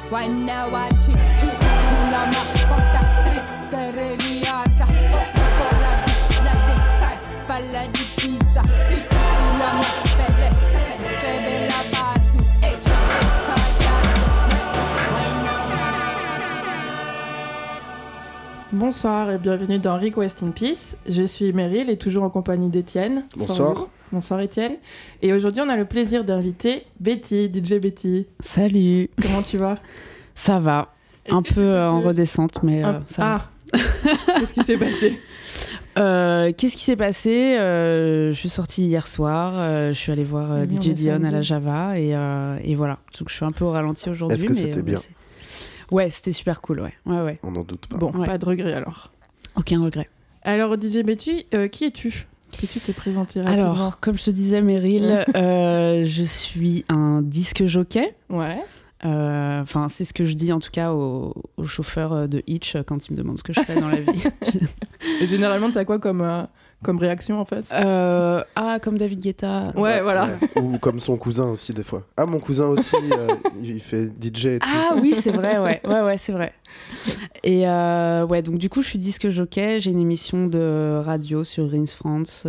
Bonsoir et bienvenue dans Request in Peace. Je suis Meryl et toujours en compagnie d'Étienne. Bonsoir. Bonsoir Étienne. Et aujourd'hui, on a le plaisir d'inviter Betty, DJ Betty. Salut. Comment tu vas ? Ça va. Un peu en redescente, mais ça va. Qu'est-ce qui s'est passé ? Qu'est-ce qui s'est passé ? Je suis sortie hier soir, je suis allée voir DJ Dion à la Java et voilà. Donc je suis un peu au ralenti aujourd'hui. Est-ce que c'était bien ? Ouais, c'était super cool, ouais. On n'en doute pas. Bon, pas de regret alors. Aucun regret. Alors DJ Betty, qui es-tu ? Peux-tu te présenter rapidement ? Alors, comme je te disais Meryl, je suis un disque jockey. Ouais. Enfin, c'est ce que je dis en tout cas au chauffeur de Hitch quand il me demande ce que je fais dans la vie. Et généralement, t'as quoi comme réaction en fait ? Comme David Guetta. Ouais, voilà. Ouais. Ou comme son cousin aussi des fois. Ah, mon cousin aussi, il fait DJ et tout. Ah oui, c'est vrai, ouais, c'est vrai. Et donc du coup, je suis disque jockey. J'ai une émission de radio sur Rins France,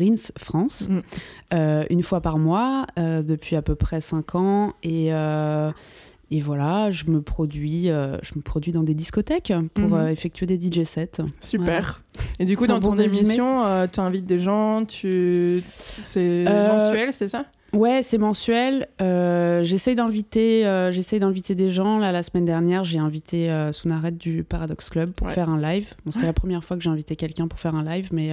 une fois par mois depuis à peu près 5 ans. Et voilà, je me produis dans des discothèques pour effectuer des DJ sets. Super. Voilà. Et du coup, c'est dans ton émission, tu invites des gens, c'est mensuel, c'est ça ? Ouais, c'est mensuel. J'essaye d'inviter des gens. Là, la semaine dernière, j'ai invité Sounaret du Paradox Club pour faire un live. Bon, c'était la première fois que j'ai invité quelqu'un pour faire un live, mais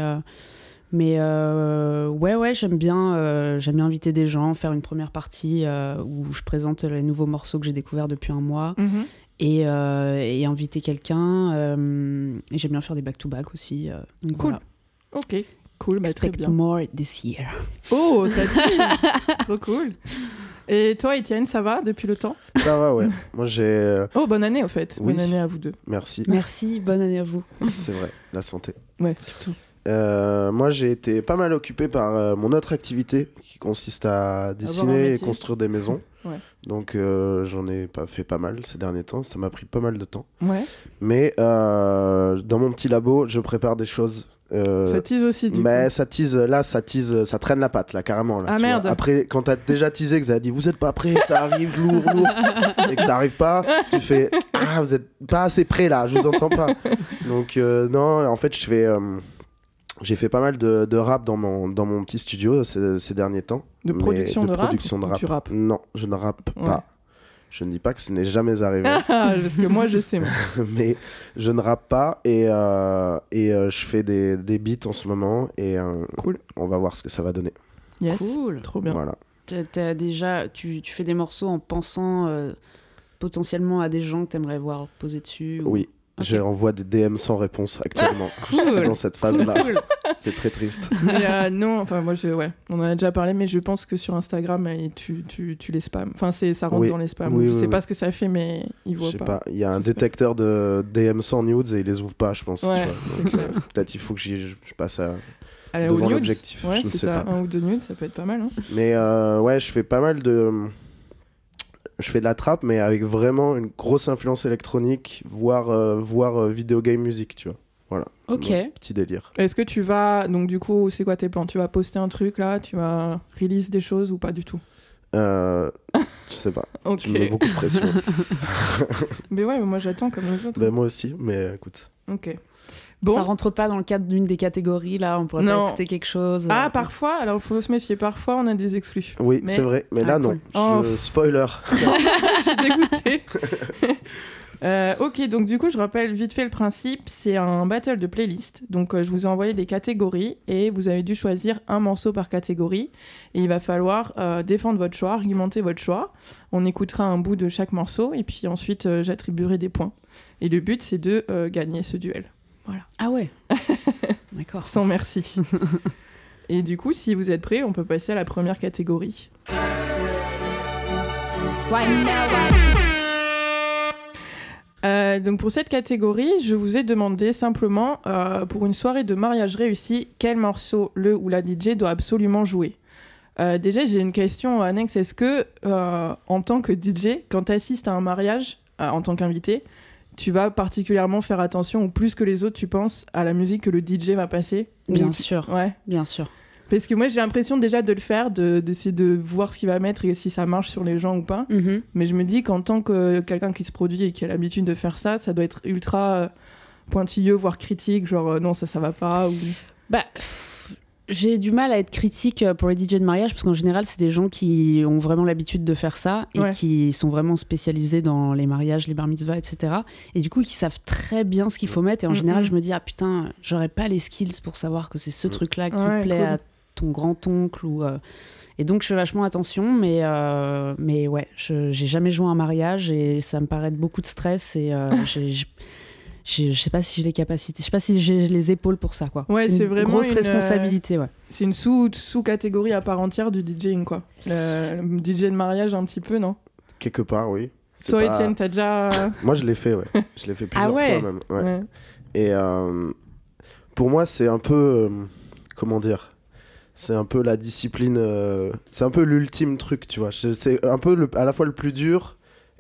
j'aime bien inviter des gens, faire une première partie où je présente les nouveaux morceaux que j'ai découverts depuis un mois et inviter quelqu'un. Et j'aime bien faire des back-to-back aussi. Donc cool. Voilà. Ok, cool. Expect très bien. more this year. Oh, ça dit. Trop cool. Et toi, Étienne, ça va depuis le temps ? Ça va, ouais. Moi, j'ai... Oh, bonne année, au fait. Oui. Bonne année à vous deux. Merci. Merci, bonne année à vous. C'est vrai, la santé. Ouais, surtout. Moi, j'ai été pas mal occupé par mon autre activité qui consiste à dessiner et construire des maisons. Ouais. Donc, j'en ai fait pas mal ces derniers temps. Ça m'a pris pas mal de temps. Ouais. Mais dans mon petit labo, je prépare des choses. Ça tease aussi, du coup. Mais ça tease, ça traîne la patte, là, carrément. Là, ah merde. Vois. Après, quand t'as déjà teasé, que ça a dit vous êtes pas prêts, ça arrive lourd, et que ça arrive pas, tu fais vous êtes pas assez prêts là, je vous entends pas. Donc, non, en fait, j'ai fait pas mal de rap dans mon petit studio ces derniers temps. De production de rap. Tu rappes ? Non, je ne rappe pas. Je ne dis pas que ce n'est jamais arrivé. Parce que moi, je sais. Moi. Mais je ne rappe pas et je fais des beats en ce moment et cool. On va voir ce que ça va donner. Yes. Cool. Trop bien. Voilà. Tu fais des morceaux en pensant potentiellement à des gens que tu aimerais voir poser dessus Oui. Okay. J'envoie des DM sans réponse actuellement. Cool. Je suis dans cette phase-là. Cool. C'est très triste. Mais non, enfin moi on en a déjà parlé, mais je pense que sur Instagram tu les spams. Enfin ça rentre dans les spams. Je sais pas ce que ça fait, mais ils voient pas. Je sais pas. Il y a un détecteur de DM sans nudes et ils les ouvrent pas, je pense. Ouais, tu vois. Donc, peut-être il faut que je passe à aller devant au nudes. L'objectif. Ouais, je ne sais pas. 1 ou 2 nudes, ça peut être pas mal. Hein. Mais je fais pas mal de. Je fais de la trap, mais avec vraiment une grosse influence électronique, voire video game musique, tu vois. Voilà. Ok. Petit délire. Est-ce que tu vas... Donc du coup, c'est quoi tes plans ? Tu vas poster un truc là ? Tu vas release des choses ou pas du tout ? Je sais pas. Okay. Tu me mets beaucoup de pression. Mais ouais, mais moi j'attends comme les autres. Ben moi aussi, mais écoute. Ok. Bon. Ça rentre pas dans le cadre d'une des catégories, là, on pourrait pas écouter quelque chose. Ah, parfois, alors il faut se méfier, parfois on a des exclus. Oui, c'est vrai, mais là cool. non. Spoiler. Je suis dégoûtée. Ok, donc du coup, je rappelle vite fait le principe, c'est un battle de playlist. Donc je vous ai envoyé des catégories et vous avez dû choisir un morceau par catégorie. Et il va falloir défendre votre choix, argumenter votre choix. On écoutera un bout de chaque morceau et puis ensuite j'attribuerai des points. Et le but, c'est de gagner ce duel. Voilà. Ah ouais. D'accord. Sans merci. Et du coup, si vous êtes prêts, on peut passer à la première catégorie. Donc pour cette catégorie, je vous ai demandé simplement, pour une soirée de mariage réussie, quel morceau le ou la DJ doit absolument jouer. Déjà, j'ai une question annexe. Est-ce que, en tant que DJ, quand tu assistes à un mariage, en tant qu'invité, tu vas particulièrement faire attention, ou plus que les autres, tu penses, à la musique que le DJ va passer? Bien sûr. Ouais. Bien sûr. Parce que moi, j'ai l'impression déjà de le faire, d'essayer de voir ce qu'il va mettre et si ça marche sur les gens ou pas. Mm-hmm. Mais je me dis qu'en tant que quelqu'un qui se produit et qui a l'habitude de faire ça, ça doit être ultra pointilleux, voire critique, genre non, ça va pas. Ou... J'ai du mal à être critique pour les DJ de mariage parce qu'en général, c'est des gens qui ont vraiment l'habitude de faire ça et qui sont vraiment spécialisés dans les mariages, les bar mitzvahs, etc. Et du coup, qui savent très bien ce qu'il faut mettre. Et en général, je me dis, ah putain, j'aurais pas les skills pour savoir que c'est ce truc-là qui plaît à ton grand-oncle. Et donc, je fais vachement attention, mais ouais, j'ai jamais joué à un mariage et ça me paraît de beaucoup de stress et je sais pas si j'ai les capacités, je sais pas si j'ai les épaules pour ça, quoi. Ouais, c'est vraiment grosse responsabilité, ouais. C'est une sous-catégorie à part entière du DJing, quoi. Le DJ de mariage, un petit peu, non? Quelque part, oui. Toi, Étienne, t'as déjà... Moi, je l'ai fait, ouais. Je l'ai fait plusieurs fois, même. Ouais. Et pour moi, c'est un peu... comment dire ? C'est un peu la discipline... c'est un peu l'ultime truc, tu vois. C'est un peu à la fois le plus dur...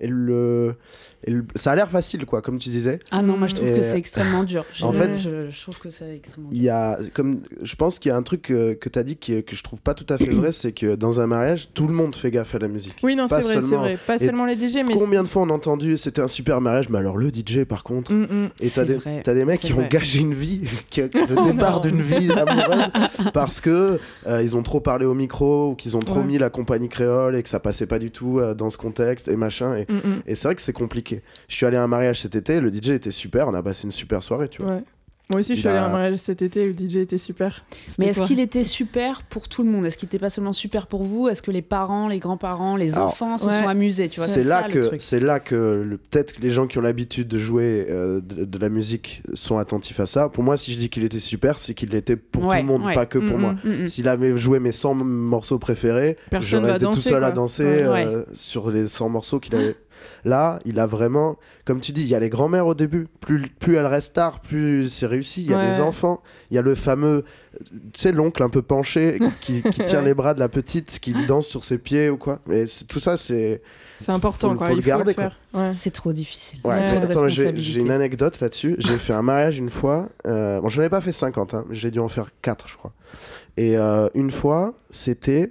ça a l'air facile, quoi, comme tu disais. Ah non, moi je trouve que c'est extrêmement dur. En fait, je trouve que c'est extrêmement dur. Je pense qu'il y a un truc que tu as dit que je trouve pas tout à fait vrai, c'est que dans un mariage, tout le monde fait gaffe à la musique. Oui, non, c'est vrai. Pas seulement les DJ, mais... Combien de fois on a entendu, c'était un super mariage, mais alors le DJ, par contre... Et t'as des mecs qui ont gagé une vie, le départ d'une vie amoureuse, parce que ils ont trop parlé au micro, ou qu'ils ont trop mis la compagnie créole, et que ça passait pas du tout dans ce contexte, et machin, et c'est vrai que c'est compliqué. Je suis allé à un mariage cet été, le DJ était super, on a passé une super soirée, tu vois. Ouais. Moi aussi, je suis allé à un mariage cet été, le DJ était super. Mais est-ce qu'il était super pour tout le monde ? Est-ce qu'il était pas seulement super pour vous ? Est-ce que les parents, les grands-parents, les enfants se sont amusés, tu vois ? C'est là que peut-être que les gens qui ont l'habitude de jouer de la musique sont attentifs à ça. Pour moi, si je dis qu'il était super, c'est qu'il l'était pour tout le monde, pas que pour moi. S'il avait joué mes 100 morceaux préférés, j'aurais été tout seul à danser sur les 100 morceaux qu'il avait. Là, il a vraiment, comme tu dis, il y a les grands-mères au début, plus elle reste tard, plus c'est réussi. Il y a les enfants, il y a le fameux, tu sais, l'oncle un peu penché qui tient les bras de la petite, qui danse sur ses pieds ou quoi. Mais tout ça, c'est important, quoi. Faut le garder, quoi. Ouais. C'est trop difficile. Ouais. C'est trop de responsabilité. J'ai une anecdote là-dessus. J'ai fait un mariage une fois. Bon, j'en ai pas fait 50, hein, mais j'ai dû en faire 4, je crois. Et une fois, c'était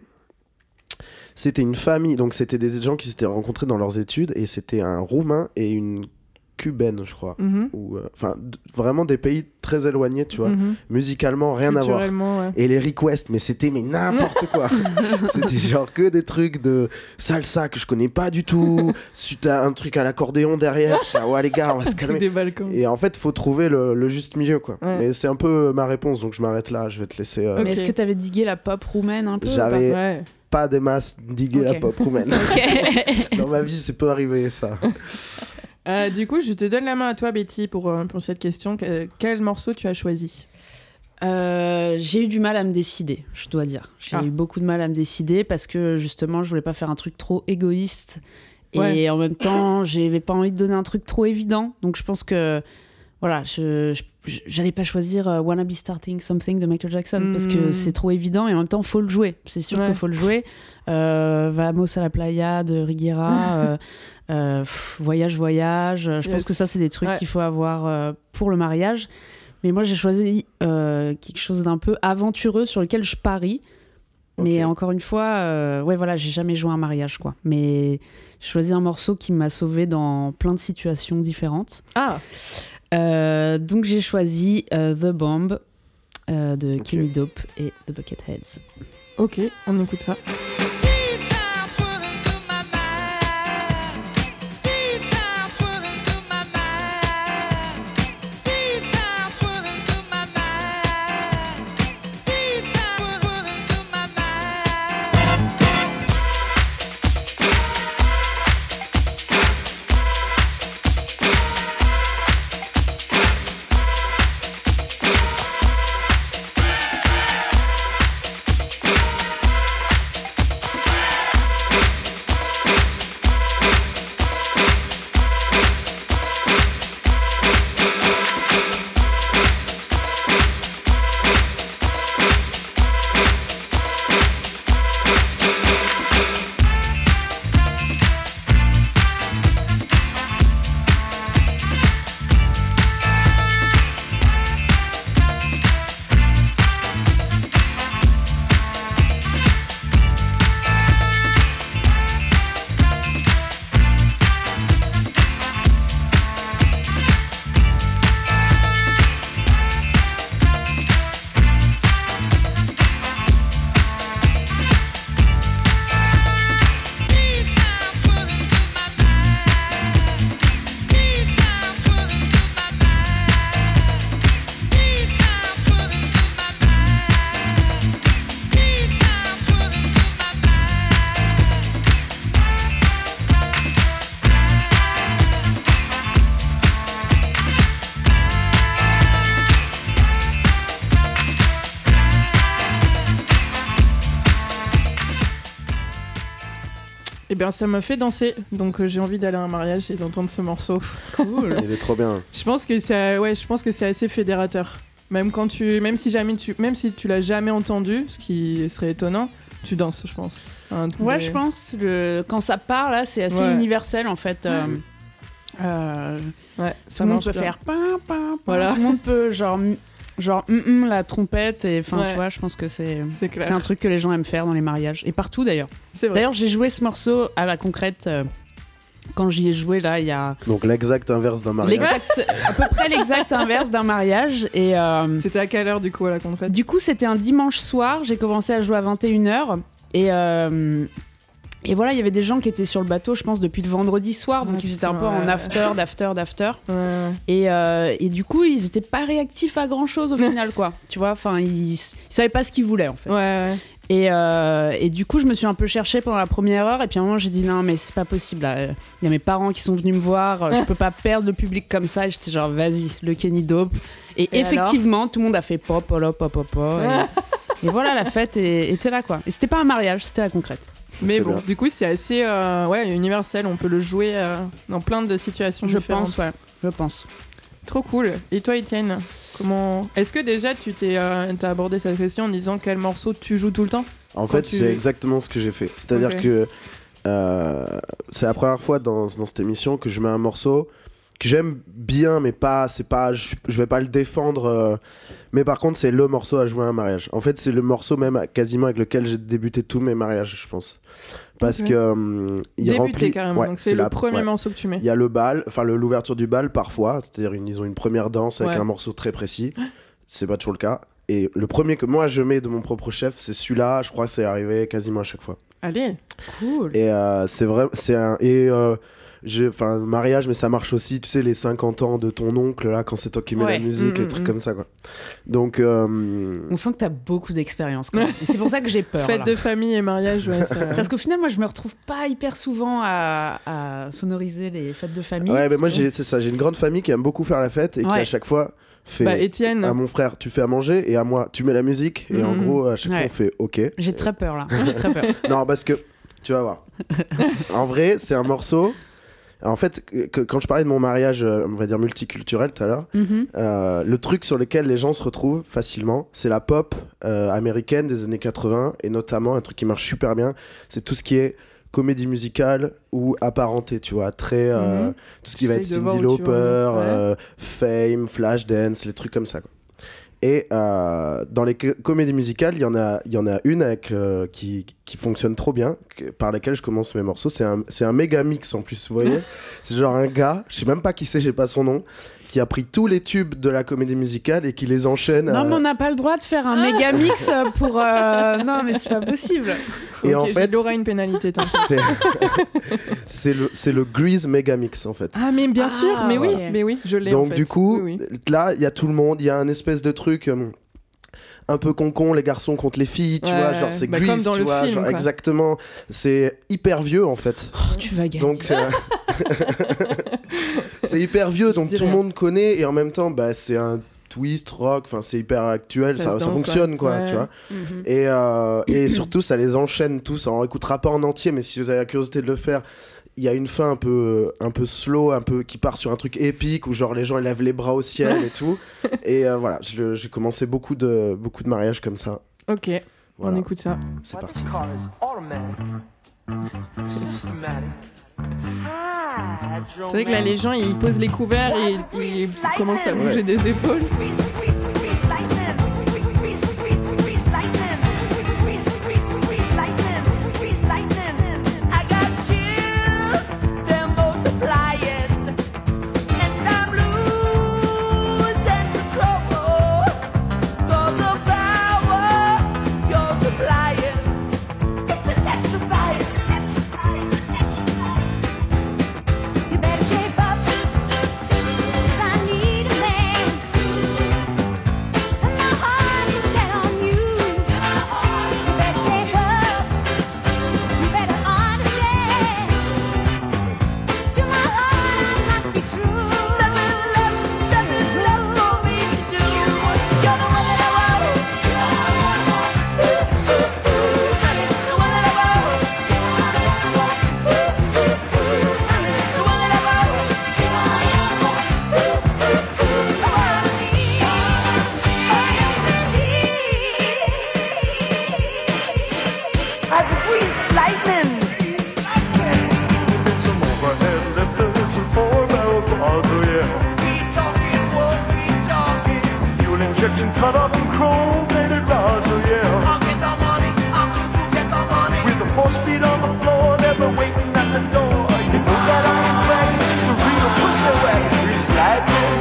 une famille, donc c'était des gens qui s'étaient rencontrés dans leurs études, et c'était un Roumain et une Cubaine, je crois. Ou, vraiment des pays très éloignés, tu vois. Musicalement, rien à voir. Ouais. Et les requests, mais c'était n'importe quoi. C'était genre que des trucs de salsa que je connais pas du tout. T'as un truc à l'accordéon derrière. Je dis, ouais, les gars, on va se calmer. Des balcons. Et en fait, faut trouver le juste milieu, quoi. Ouais. Mais c'est un peu ma réponse, donc je m'arrête là. Je vais te laisser. Mais est-ce que t'avais digué la pop roumaine un peu? J'avais pas des masses diguer la pop roumaine. Dans ma vie, c'est pas arrivé, ça. Du coup, je te donne la main à toi, Betty, pour cette question. Quel morceau tu as choisi ? J'ai eu du mal à me décider, je dois dire. J'ai eu beaucoup de mal à me décider parce que justement, je voulais pas faire un truc trop égoïste. Et en même temps, j'avais pas envie de donner un truc trop évident. Donc je pense que voilà, j'allais pas choisir Wanna Be Starting Something de Michael Jackson parce que c'est trop évident et en même temps, faut le jouer. C'est sûr qu'il faut le jouer. Vamos a la playa de Riguera, Voyage. Je pense que ça, c'est des trucs qu'il faut avoir pour le mariage. Mais moi, j'ai choisi quelque chose d'un peu aventureux sur lequel je parie. Mais encore une fois, j'ai jamais joué un mariage, quoi. Mais j'ai choisi un morceau qui m'a sauvée dans plein de situations différentes. Donc j'ai choisi The Bomb de Kenny Dope et The Bucketheads. Ok, on écoute ça. Eh bien, ça m'a fait danser, donc j'ai envie d'aller à un mariage et d'entendre ce morceau. Cool. Il est trop bien. Je pense que c'est assez fédérateur. Même si tu l'as jamais entendu, ce qui serait étonnant, tu danses, je pense. Je pense. Quand ça part, là, c'est assez universel, en fait. Ça tout le monde peut faire... Voilà. Tout le monde peut, genre la trompette, et enfin, tu vois, je pense que c'est un truc que les gens aiment faire dans les mariages. Et partout, d'ailleurs. C'est vrai. D'ailleurs, j'ai joué ce morceau à la Concrète... Quand j'y ai joué, là, il y a... Donc l'exact inverse d'un mariage. À peu près l'exact inverse d'un mariage. Et, c'était à quelle heure, du coup, à la Concrète ? Du coup, c'était un dimanche soir. J'ai commencé à jouer à 21h. Et voilà, il y avait des gens qui étaient sur le bateau, je pense, depuis le vendredi soir. Donc, ils étaient un peu en after. Ouais. Et du coup, ils étaient pas réactifs à grand-chose, au final, quoi. Tu vois, enfin, ils savaient pas ce qu'ils voulaient, en fait. Ouais. Et du coup, je me suis un peu cherchée pendant la première heure. Et puis à un moment, j'ai dit non, mais c'est pas possible. Il y a mes parents qui sont venus me voir. Je peux pas perdre le public comme ça. Et j'étais genre, vas-y, le Kenny Dope. Et effectivement, tout le monde a fait pop, pop, pop, pop. Et voilà, la fête était là, quoi. Et c'était pas un mariage, c'était la Concrète. Mais bon, du coup, c'est assez universel. On peut le jouer dans plein de situations différentes. Je pense. Trop cool. Et toi, Étienne, est-ce que déjà t'as abordé cette question en disant quel morceau tu joues tout le temps ? En fait, c'est exactement ce que j'ai fait. C'est-à-dire que c'est la première fois dans cette émission que je mets un morceau que j'aime bien, mais je vais pas le défendre. Mais par contre, c'est le morceau à jouer à un mariage. En fait, c'est le morceau même quasiment avec lequel j'ai débuté tous mes mariages, je pense. Parce que il remplit carrément. Donc c'est le premier morceau que tu mets. Il y a le bal, enfin l'ouverture du bal parfois, c'est-à-dire ils ont une première danse avec un morceau très précis. C'est pas toujours le cas. Et le premier que moi je mets de mon propre chef, c'est celui-là. Je crois que c'est arrivé quasiment à chaque fois. Allez, cool. Et c'est vrai, mariage, mais ça marche aussi, tu sais, les 50 ans de ton oncle, là, quand c'est toi qui mets la musique, des trucs comme ça, quoi. Donc... On sent que t'as beaucoup d'expérience, quand même. Et c'est pour ça que j'ai peur. Fête de famille et mariage, Parce qu'au final, moi, je me retrouve pas hyper souvent à sonoriser les fêtes de famille. Ouais, mais moi, c'est ça, j'ai une grande famille qui aime beaucoup faire la fête et qui, à chaque fois... Étienne. À mon frère, tu fais à manger, et à moi, tu mets la musique, et en gros, à chaque fois, on fait OK. J'ai très peur, là. J'ai très peur. Non, parce que, tu vas voir. En vrai, c'est un morceau... En fait, quand je parlais de mon mariage, on va dire multiculturel tout à l'heure, le truc sur lequel les gens se retrouvent facilement, c'est la pop américaine des années 80, et notamment un truc qui marche super bien, c'est tout ce qui est comédie musicale ou apparenté, tu vois, très tout ce qui va être Cyndi Lauper, Fame, Flashdance, les trucs comme ça, quoi. Et dans les comédies musicales, il y en a une qui fonctionne trop bien, par laquelle je commence mes morceaux. C'est un méga mix en plus, vous voyez. C'est genre un gars, je sais même pas qui c'est, j'ai pas son nom, qui a pris tous les tubes de la comédie musicale et qui les enchaîne. Non, mais on n'a pas le droit de faire un méga mix pour... Non, mais c'est pas possible. Et en fait, il aura une pénalité. c'est le Grease méga mix, en fait. Ah, mais bien sûr, mais oui, je l'ai. Donc en fait. du coup, là, il y a tout le monde, il y a un espèce de truc... un peu con, les garçons contre les filles, tu vois, genre c'est Grease, comme dans tu le vois, film, genre, quoi. Exactement. C'est hyper vieux en fait. Oh, tu vas gagner. Donc c'est hyper vieux, donc tout le monde connaît, et en même temps, c'est un twist rock, enfin c'est hyper actuel, ça fonctionne quoi, tu vois. Et surtout, ça les enchaîne tous. On écoutera pas en entier, mais si vous avez la curiosité de le faire. Il y a une fin un peu slow, un peu qui part sur un truc épique où genre les gens ils lèvent les bras au ciel et tout. Et voilà, j'ai commencé beaucoup de mariages comme ça. Ok, voilà. On écoute ça. C'est parti. C'est vrai que là les gens ils posent les couverts et ils commencent à bouger des épaules. cut up in chrome, painted Roger, yeah. I'll get the money, I'll get the money. With the 4-speed on the floor, never waiting at the door. You know that I ain't bragging, it's a real pussy wagon. Grease lightning,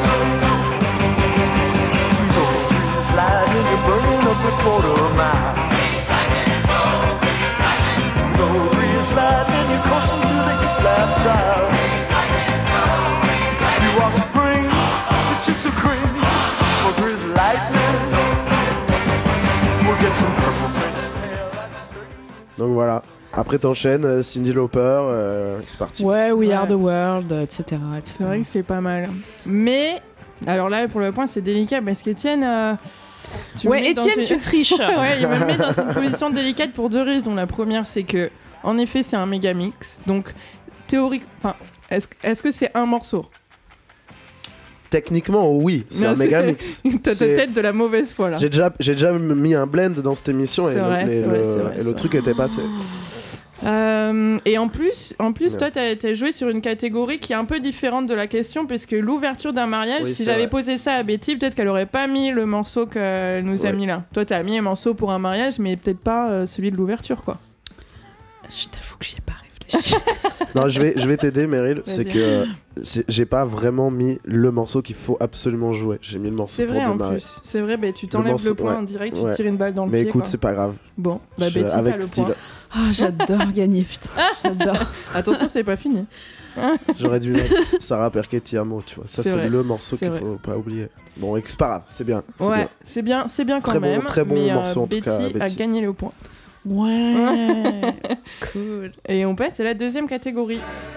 go grease lightning, you're burning up a quarter mile. Grease lightning, go grease lightning, you're coasting through the hip-lap drive. Grease lightning, you are spring, the chicks are cream. For grease lightning, we'll get some purple French tail. Donc voilà. Après t'enchaînes, Cyndi Lauper, c'est parti. Ouais, We Ouais. Are the World, etc. C'est vrai que c'est pas mal. Mais, alors là, pour le point, c'est délicat parce qu'Étienne. Ouais, Étienne, tu triches. Ouais, il me met dans une position délicate pour deux raisons. La première, c'est que, en effet, c'est un méga mix. Donc, théorique. Enfin, est-ce que c'est un morceau? Techniquement, oui, c'est Non, un méga mix. T'as C'est- peut-être de la mauvaise foi là. J'ai déjà mis un blend dans cette émission et C'est vrai, c'est vrai, c'est vrai, et le c'est truc était passé. Et en plus, toi, t'as joué sur une catégorie qui est un peu différente de la question, parce que l'ouverture d'un mariage, Oui, si c'est j'avais vrai. posé ça à Betty, peut-être qu'elle aurait pas mis le morceau qu'elle nous a Ouais. mis là. Toi, t'as mis un morceau pour un mariage, mais peut-être pas celui de l'ouverture, quoi. Je t'avoue que j'y ai pas réfléchi. Non, je vais t'aider, Meryl. C'est Vas-y. que j'ai pas vraiment mis le morceau qu'il faut absolument jouer. J'ai mis le morceau C'est pour vrai en démarrer. plus. C'est vrai, bah, tu t'enlèves morceau, le point ouais. en direct, tu Ouais. te tires une balle dans le Mais pied. écoute, quoi. c'est pas grave. Bon, bah Je- Betty, t'as avec le style. point. Oh, j'adore gagner, putain. J'adore. Attention, c'est pas fini. J'aurais dû mettre Sarah Perquet-Tiamo, tu vois. Ça, C'est c'est vrai. le morceau C'est qu'il vrai. faut pas oublier. Bon, et c'est pas grave, c'est bien. C'est Ouais, bien. c'est bien quand Très bon- même. très bon mais, morceau, en tout Betty cas, a Betty. gagné le point. Ouais. Cool. Et on passe à la deuxième catégorie.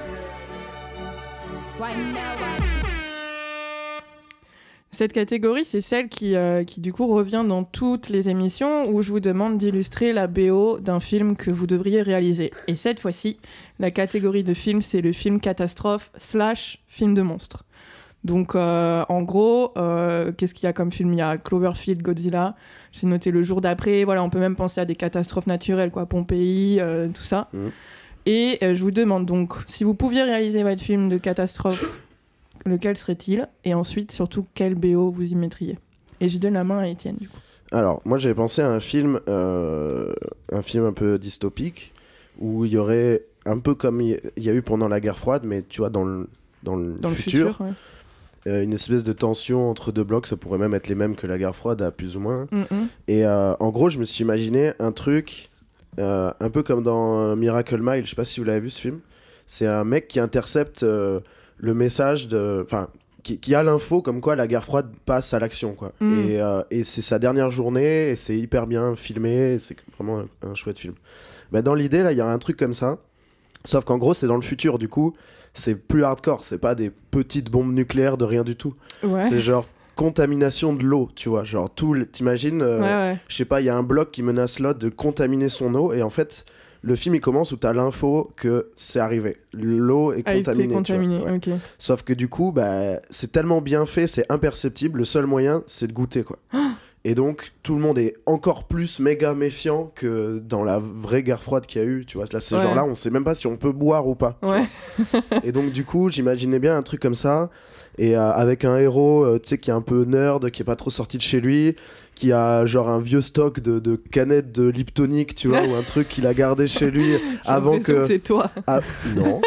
Cette catégorie, c'est celle qui du coup revient dans toutes les émissions où je vous demande d'illustrer la BO d'un film que vous devriez réaliser. Et cette fois-ci, la catégorie de film, c'est le film catastrophe / film de monstre. Donc en gros, qu'est-ce qu'il y a comme film? Il y a Cloverfield, Godzilla, j'ai noté Le Jour d'après, voilà, on peut même penser à des catastrophes naturelles, quoi, Pompéi, tout ça. Mhm. Et je vous demande donc, si vous pouviez réaliser votre film de catastrophe, lequel serait-il? Et ensuite, surtout, quel BO vous y mettriez? Et je donne la main à Étienne, du coup. Alors, moi, j'avais pensé à un film un peu dystopique où il y aurait un peu comme il y a eu pendant la guerre froide, mais tu vois, dans le Dans le futur, ouais. une espèce de tension entre deux blocs, ça pourrait même être les mêmes que la guerre froide, à plus ou moins. Mhm. Et en gros, je me suis imaginé un truc un peu comme dans Miracle Mile, je sais pas si vous l'avez vu ce film. C'est un mec qui intercepte le message enfin, qui a l'info comme quoi la guerre froide passe à l'action, quoi. Et c'est sa dernière journée, et c'est hyper bien filmé, et c'est vraiment un chouette film. Bah, dans l'idée, là, il y a un truc comme ça, sauf qu'en gros, c'est dans le futur, du coup, c'est plus hardcore, c'est pas des petites bombes nucléaires de rien du tout. Ouais. C'est genre contamination de l'eau, tu vois, genre t'imagines, Ouais. je sais pas, il y a un bloc qui menace l'autre de contaminer son eau, et en fait, le film il commence où t'as l'info que c'est arrivé. L'eau est A été contaminée. contaminé, tu vois, ouais. ok. Sauf que du coup, bah, c'est tellement bien fait, c'est imperceptible, le seul moyen c'est de goûter, quoi. Et donc, tout le monde est encore plus méga méfiant que dans la vraie guerre froide qu'il y a eu, tu vois. Là, c'est Ouais. genre là, on sait même pas si on peut boire ou pas. tu Ouais. vois. Et donc, du coup, j'imaginais bien un truc comme ça, et avec un héros, tu sais, qui est un peu nerd, qui est pas trop sorti de chez lui, qui a genre un vieux stock de canettes de Liptonic, tu vois, ou un truc qu'il a gardé chez lui avant J'ai l'impression que... c'est toi. Ah, non,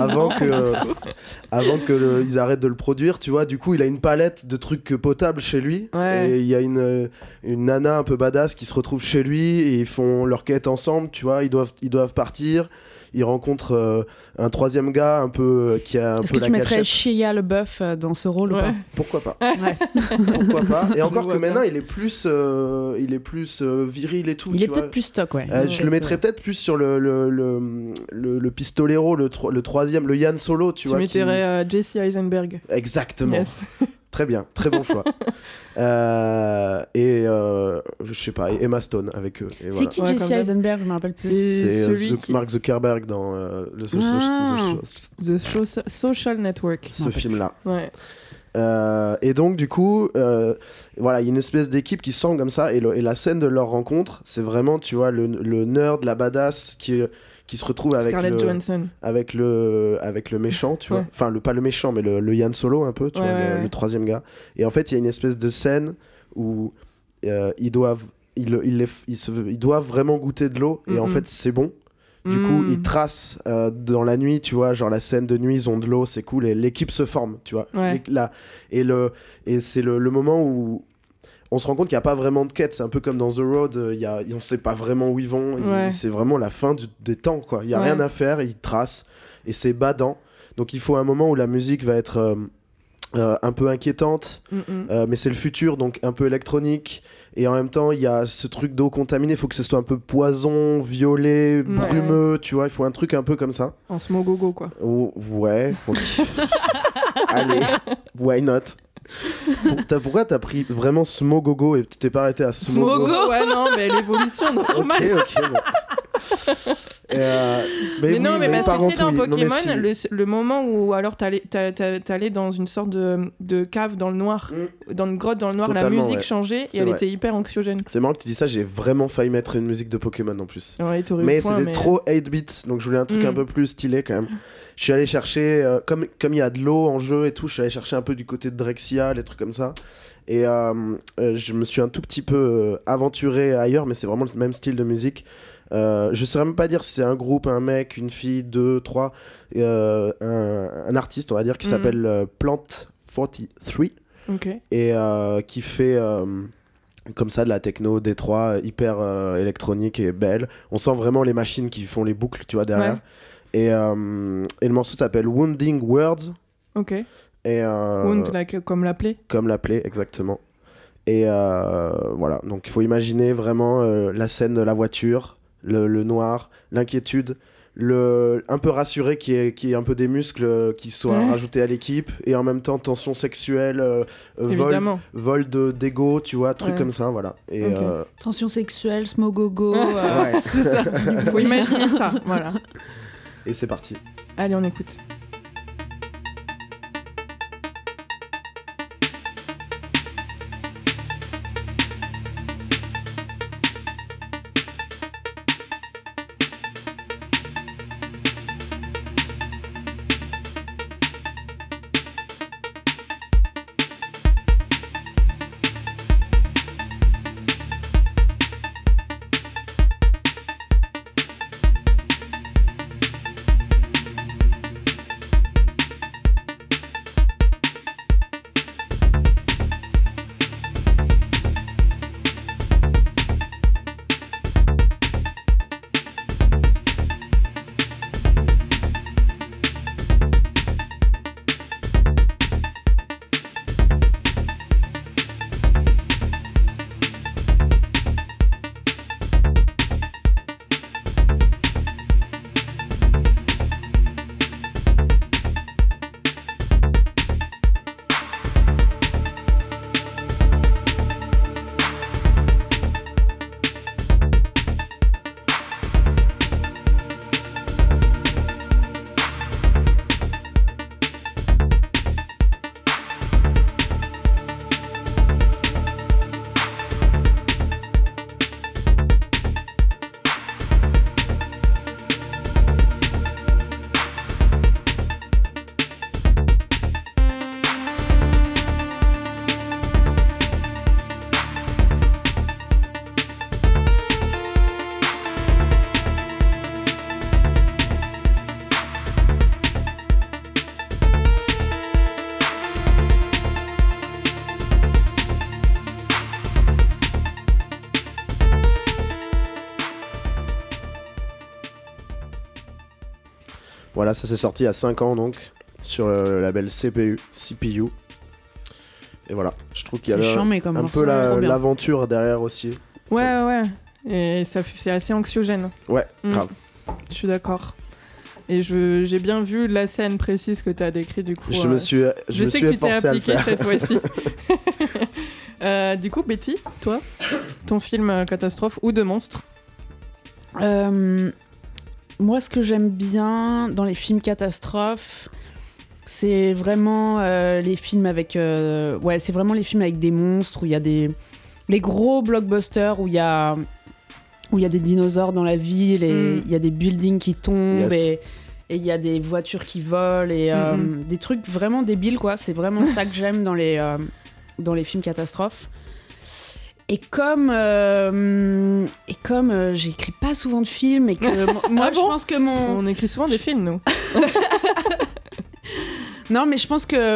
avant que ils arrêtent de le produire, tu vois. Du coup, il a une palette de trucs potables chez lui. Ouais. Et il y a une nana un peu badass qui se retrouve chez lui et ils font leur quête ensemble, tu vois. Ils doivent partir. Ils rencontrent un troisième gars un peu qui a un Est-ce peu que la tu mettrais gâchette. Shia LaBeouf dans ce rôle Ouais. Pourquoi pas? ou pas Ouais. Pourquoi pas? Et encore vois que maintenant, bien. il est plus viril et tout. Il tu est vois. peut-être plus stock, ouais. Je le mettrais peut-être plus sur le pistolero, le troisième, le Yann Solo, tu Tu vois. mettrais Jesse Eisenberg. Exactement. Yes. Très bien, très bon choix. Je sais pas, et Emma Stone avec eux. Et C'est voilà. qui Ouais, Jesse comme ça. Eisenberg? Je me rappelle plus. C'est celui qui... Mark Zuckerberg dans The Social Network. ce film-là. Ouais. Et donc, du coup, voilà, il y a une espèce d'équipe qui se sent comme ça. Et la scène de leur rencontre, c'est vraiment, tu vois, le nerd, la badass qui se retrouve avec Scarlett Johansson. avec le méchant, tu vois. Ouais. Enfin, pas le méchant, mais le Yann Solo un peu, tu Ouais, vois, ouais, le ouais. troisième gars. Et en fait, il y a une espèce de scène où ils doivent vraiment goûter de l'eau et en fait c'est bon. Du coup, ils tracent dans la nuit, tu vois, genre la scène de nuit, ils ont de l'eau, c'est cool, et l'équipe se forme, tu vois. Ouais. Et c'est le moment où on se rend compte qu'il n'y a pas vraiment de quête, c'est un peu comme dans The Road, on ne sait pas vraiment où ils vont, c'est vraiment la fin des temps, quoi. Il n'y a rien à faire, ils tracent, et c'est badant. Donc il faut un moment où la musique va être un peu inquiétante, mais c'est le futur, donc un peu électronique. Et en même temps, il y a ce truc d'eau contaminée, il faut que ce soit un peu poison, violet, brumeux, tu vois, il faut un truc un peu comme ça. En smogogo, quoi. Oh, ouais. Allez, why not? Pourquoi t'as pris vraiment Smogogo et tu t'es pas arrêté à Smogo? Ouais, non, mais l'évolution, normale. Ok. Mais non, mais parce que tu sais, dans Pokémon, le moment où alors t'allais dans une sorte de cave dans le noir, dans une grotte dans le noir, totalement, la musique changeait et elle était hyper anxiogène. C'est marrant que tu dis ça, j'ai vraiment failli mettre une musique de Pokémon en plus. Ouais, mais c'était trop 8-bit, donc je voulais un truc un peu plus stylé quand même. Je suis allé chercher, comme il y a de l'eau en jeu et tout, je suis allé chercher un peu du côté de Drexia, les trucs comme ça. Et je me suis un tout petit peu aventuré ailleurs, mais c'est vraiment le même style de musique. Je saurais même pas dire si c'est un groupe, un mec, une fille, 2, 3, un artiste, on va dire, qui s'appelle Plant 43, et qui fait comme ça de la techno D3 hyper électronique et belle. On sent vraiment les machines qui font les boucles, tu vois, derrière. Et le morceau s'appelle Wounding Words. Ok. Et Wound, comme la plaie. Comme la plaie, exactement. Et voilà, donc il faut imaginer vraiment la scène de la voiture, le noir, l'inquiétude, un peu rassuré qui est un peu des muscles qui soient rajoutés à l'équipe, et en même temps tension sexuelle, vol d'ego, tu vois, trucs comme ça, voilà. Et, tension sexuelle, smogogo. C'est ça, il faut imaginer ça, voilà. Et c'est parti. Allez, on écoute. Voilà, ça s'est sorti il y a 5 ans donc, sur le label CPU. Et voilà, je trouve qu'il y a un peu l'aventure derrière aussi. Ouais. Et c'est assez anxiogène. Ouais, grave. Je suis d'accord. Et j'ai bien vu la scène précise que tu as décrite, du coup. Je me suis efforcé à le faire. Cette fois-ci. Du coup, Betty, toi, ton film catastrophe ou de monstre? Moi, ce que j'aime bien dans les films catastrophes, c'est vraiment les films avec... c'est vraiment les films avec des monstres, où il y a les gros blockbusters, où il y a des dinosaures dans la ville, et il y a des buildings qui tombent, et il y a des voitures qui volent, et des trucs vraiment débiles, quoi. C'est vraiment ça que j'aime dans les films catastrophes. Et comme j'écris pas souvent de films et que moi je pense que On écrit souvent des films, nous. Non, mais je pense que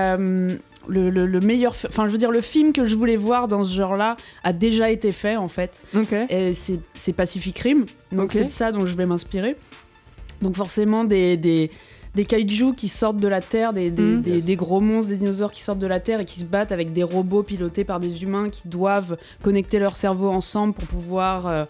le meilleur... Enfin, je veux dire, le film que je voulais voir dans ce genre-là a déjà été fait, en fait. Okay. Et c'est Pacific Rim. Donc, c'est de ça dont je vais m'inspirer. Donc, forcément, des kaiju qui sortent de la Terre, des gros monstres, des dinosaures qui sortent de la Terre et qui se battent avec des robots pilotés par des humains qui doivent connecter leur cerveau ensemble pour pouvoir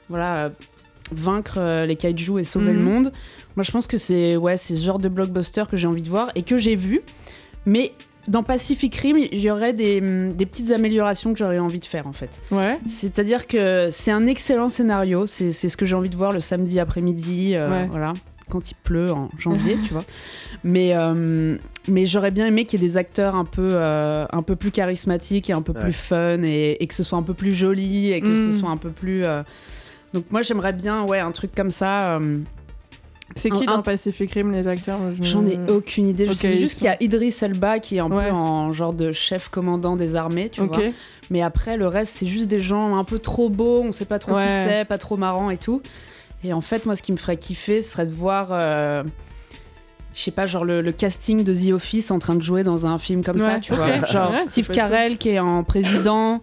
vaincre les kaiju et sauver le monde. Moi, je pense que c'est ce genre de blockbuster que j'ai envie de voir et que j'ai vu. Mais dans Pacific Rim, il y aurait des petites améliorations que j'aurais envie de faire, en fait. Ouais. C'est-à-dire que c'est un excellent scénario. C'est ce que j'ai envie de voir le samedi après-midi. Voilà. Quand il pleut en janvier, tu vois. Mais j'aurais bien aimé qu'il y ait des acteurs un peu plus charismatiques et un peu plus fun et que ce soit un peu plus joli et que ce soit un peu plus... Donc moi, j'aimerais bien un truc comme ça. C'est qui dans Pacific Rim, les acteurs? J'en ai aucune idée. Je sais juste qu'il y a Idris Elba qui est un peu en genre de chef commandant des armées, tu vois. Mais après, le reste, c'est juste des gens un peu trop beaux, on sait pas trop qui c'est, pas trop marrant et tout. Et en fait, moi, ce qui me ferait kiffer, ce serait de voir, je sais pas, genre le casting de The Office en train de jouer dans un film comme ça, tu vois. Genre Steve Carell qui est en président,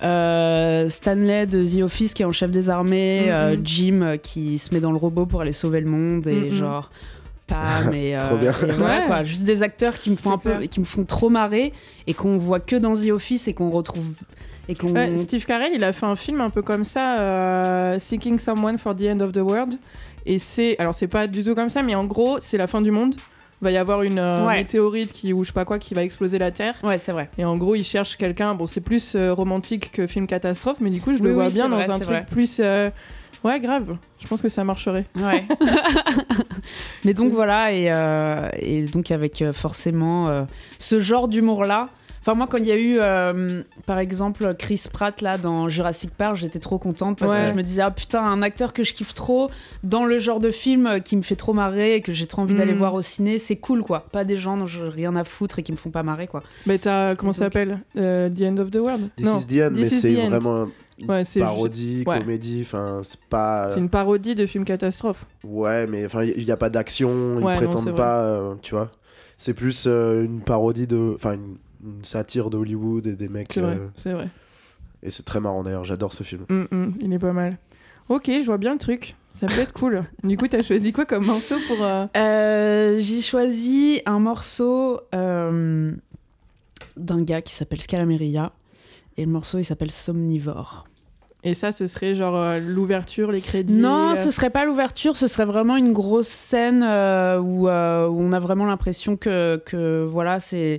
Stanley de The Office qui est en chef des armées, Jim qui se met dans le robot pour aller sauver le monde, et genre Pam et voilà, quoi. Juste des acteurs qui me font qui me font trop marrer et qu'on voit que dans The Office et qu'on retrouve. Steve Carell, il a fait un film un peu comme ça, Seeking Someone for the End of the World, et c'est pas du tout comme ça, mais en gros c'est la fin du monde. Il va y avoir une météorite ou je sais pas quoi qui va exploser la Terre. Ouais, c'est vrai. Et en gros, il cherche quelqu'un. Bon, c'est plus romantique que film catastrophe, mais du coup, je le vois bien dans un truc plus. Ouais, grave. Je pense que ça marcherait. Ouais. Mais donc voilà, et donc avec forcément ce genre d'humour-là. Enfin, moi, quand il y a eu, par exemple, Chris Pratt, là, dans Jurassic Park, j'étais trop contente parce que je me disais, ah putain, un acteur que je kiffe trop, dans le genre de film qui me fait trop marrer et que j'ai trop envie d'aller voir au ciné, c'est cool, quoi. Pas des gens dont j'ai rien à foutre et qui me font pas marrer, quoi. Mais comment ça s'appelle The End of the World? This is the End, mais c'est vraiment une parodie, comédie, enfin, c'est pas... C'est une parodie de film catastrophe. Ouais, mais enfin, il y a pas d'action, ils prétendent pas, tu vois. C'est plus une parodie enfin, une satire de Hollywood et des mecs. C'est vrai. Et c'est très marrant d'ailleurs, j'adore ce film. Il est pas mal. Ok, je vois bien le truc. Ça peut être cool. Du coup, t'as choisi quoi comme morceau pour... J'ai choisi un morceau d'un gars qui s'appelle Scalameria. Et le morceau, il s'appelle Somnivore. Et ça, ce serait genre l'ouverture, les crédits? Non, ce serait pas l'ouverture, ce serait vraiment une grosse scène où on a vraiment l'impression que voilà, c'est...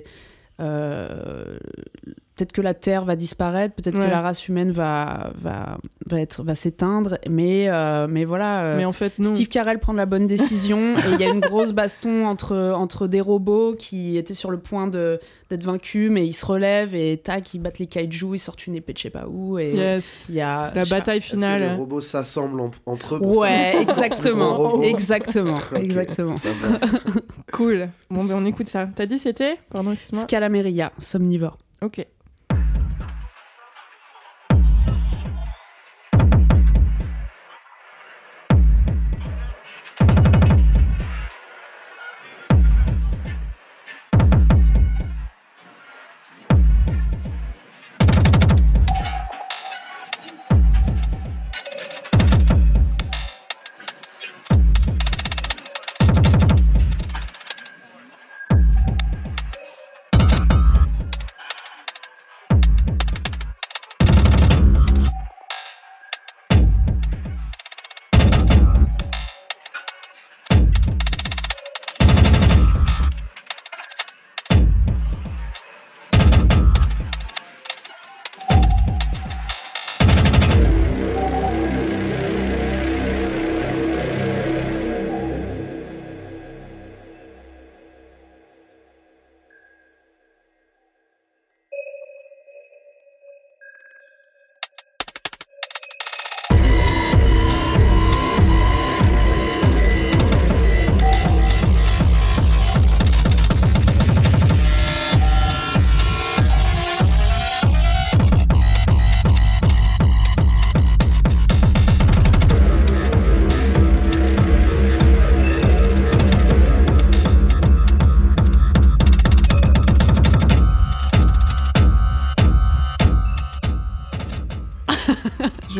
peut-être que la Terre va disparaître, peut-être que la race humaine va s'éteindre, mais voilà. Mais en fait, non. Steve Carell prend la bonne décision et il y a une grosse baston entre des robots qui étaient sur le point d'être vaincus, mais ils se relèvent et tac, ils battent les kaiju, ils sortent une épée de je sais pas où, et il y a la bataille finale. Est-ce que les robots s'assemblent entre eux? Ouais, exactement, exactement. Cool. Bon, ben on écoute ça. T'as dit c'était? Pardon, excuse-moi. Scalameria, Somnivore. Ok.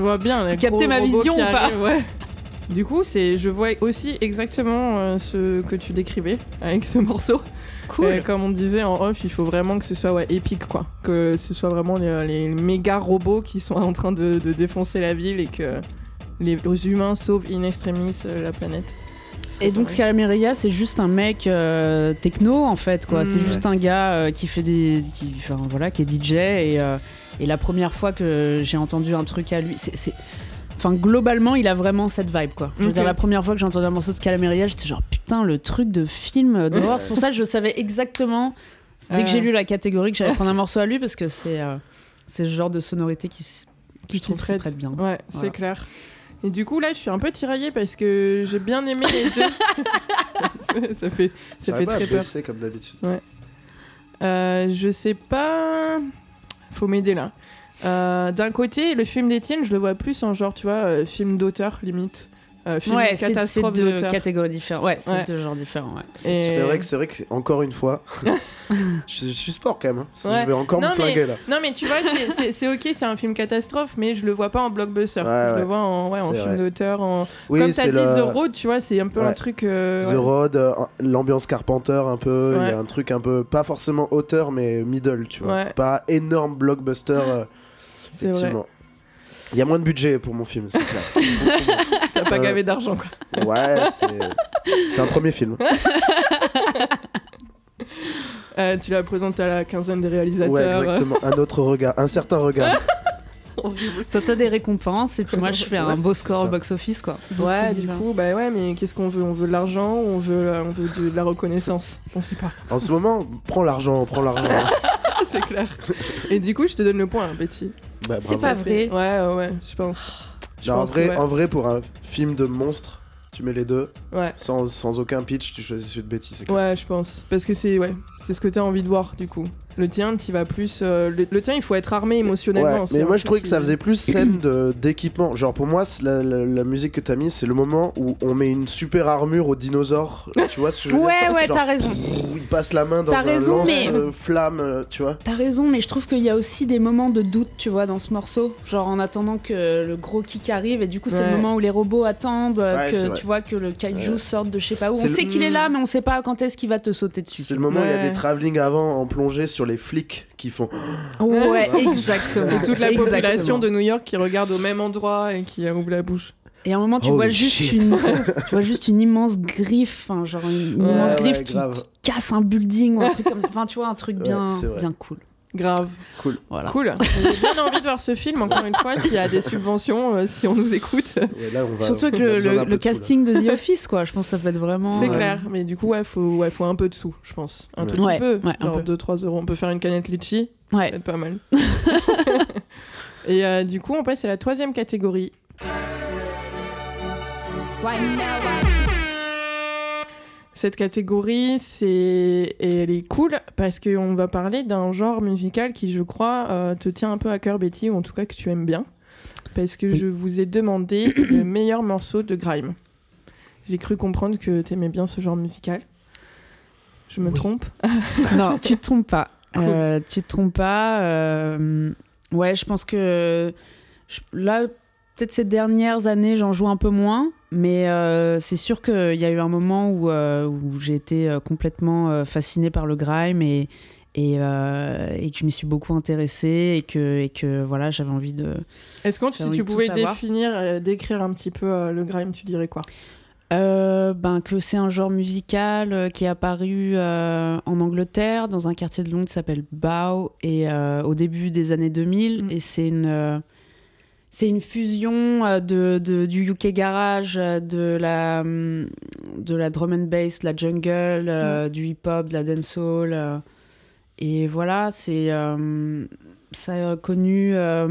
vois bien. Vous captez ma vision ou pas? Ouais. Du coup, je vois aussi exactement ce que tu décrivais avec ce morceau. Cool. Comme on disait en off, il faut vraiment que ce soit épique, quoi. Que ce soit vraiment les méga robots qui sont en train de défoncer la ville et que les humains sauvent in extremis la planète. Et donc Scalameria, c'est juste un mec techno en fait, quoi. C'est juste un gars qui fait qui est DJ et la première fois que j'ai entendu un truc à lui, Enfin, globalement, il a vraiment cette vibe, quoi. Je veux dire, la première fois que j'ai entendu un morceau de Scalameria, j'étais genre, putain, le truc de film d'horreur. C'est pour ça que je savais exactement, dès que j'ai lu la catégorie, que j'allais prendre un morceau à lui, parce que c'est ce genre de sonorité qui je trouve s'y prête bien. Ouais, c'est clair. Et du coup, là, je suis un peu tiraillée parce que j'ai bien aimé les deux. ça fait très peur. C'est comme d'habitude. Ouais. Je sais pas... Faut m'aider, là. D'un côté, le film d'Étienne, je le vois plus en genre, tu vois, film d'auteur, limite. Film catastrophe c'est deux d'auteur. catégories différentes. Ouais, c'est deux genres différents, ouais. C'est vrai que encore une fois, je suis sport quand même. Hein. Je vais encore me flinguer là. Non mais tu vois, c'est ok, c'est un film catastrophe, mais je le vois pas en blockbuster. Je le vois en film d'auteur. Oui, comme t'as dit The Road, tu vois, c'est un peu un truc. The Road, l'ambiance Carpenter un peu. Il y a un truc un peu pas forcément auteur, mais middle, tu vois. Pas énorme blockbuster. Effectivement. Vrai. Il y a moins de budget pour mon film, c'est clair. T'as pas gavé d'argent, quoi. Ouais, c'est un premier film. Tu la présentes à la quinzaine des réalisateurs. Ouais, exactement. Un autre regard, un certain regard. Toi, t'as des récompenses et puis moi, je fais un beau score au box-office, quoi. Ouais, du coup, mais qu'est-ce qu'on veut? On veut de l'argent ou on veut de la reconnaissance? On sait pas. En ce moment, prends l'argent. C'est clair. Et du coup, je te donne le point, hein, Betty. Bah, c'est pas vrai. Ouais, je pense. En vrai, pour un film de monstre, tu mets les deux. Ouais. Sans aucun pitch, tu choisis celui de Betty, c'est clair. Ouais, je pense. Parce que c'est ce que t'as envie de voir, du coup. Le tien, tu vas plus. Le tien, il faut être armé émotionnellement. Ouais, mais moi, je trouvais que ça faisait plus scène d'équipement. Genre, pour moi, la musique que t'as mis, c'est le moment où on met une super armure aux dinosaures. Tu vois ce que je veux dire? Ouais, genre, t'as raison. Où il passe la main dans lance-flamme, tu vois. T'as raison, mais je trouve qu'il y a aussi des moments de doute, tu vois, dans ce morceau. Genre, en attendant que le gros kick arrive, et du coup, c'est le moment où les robots attendent, tu vois, que le kaiju sorte de je sais pas où. On sait qu'il est là, mais on sait pas quand est-ce qu'il va te sauter dessus. C'est le moment où il y a des travelling avant en plongée sur les flics qui font. Ouais, exactement. Et toute la population de New York qui regarde au même endroit et qui ouvre la bouche. Et à un moment, tu vois juste une immense griffe, genre une immense griffe qui casse un building ou un truc comme ça. Enfin, tu vois, un truc bien cool. Grave. Cool. Voilà. Cool. J'ai bien envie de voir ce film, encore une fois, s'il y a des subventions, si on nous écoute. Ouais, là, surtout avec le casting de The Office, quoi. Je pense que ça peut être vraiment... C'est clair, mais du coup, faut un peu de sous, je pense. Un tout petit peu, genre 2-3 €. On peut faire une canette litchi, ça va être pas mal. Et du coup, on passe à la 3e catégorie. Cette catégorie, elle est cool parce qu'on va parler d'un genre musical qui, je crois, te tient un peu à cœur, Betty, ou en tout cas que tu aimes bien. Parce que je vous ai demandé le meilleur morceau de grime. J'ai cru comprendre que tu aimais bien ce genre musical. Je me trompe? Non, tu te trompes pas. Cool. Tu te trompes pas. Ouais, je pense que là, peut-être ces dernières années, j'en joue un peu moins. Mais c'est sûr qu'il y a eu un moment où j'ai été complètement fascinée par le grime et que je m'y suis beaucoup intéressée et que voilà, j'avais envie de... Est-ce que si tu pouvais décrire un petit peu le grime, tu dirais quoi? Que c'est un genre musical qui est apparu en Angleterre, dans un quartier de Londres qui s'appelle Bow, et au début des années 2000, et c'est une fusion du UK garage, de la drum and bass, de la jungle, du hip-hop, de la dancehall. Et voilà, ça a connu...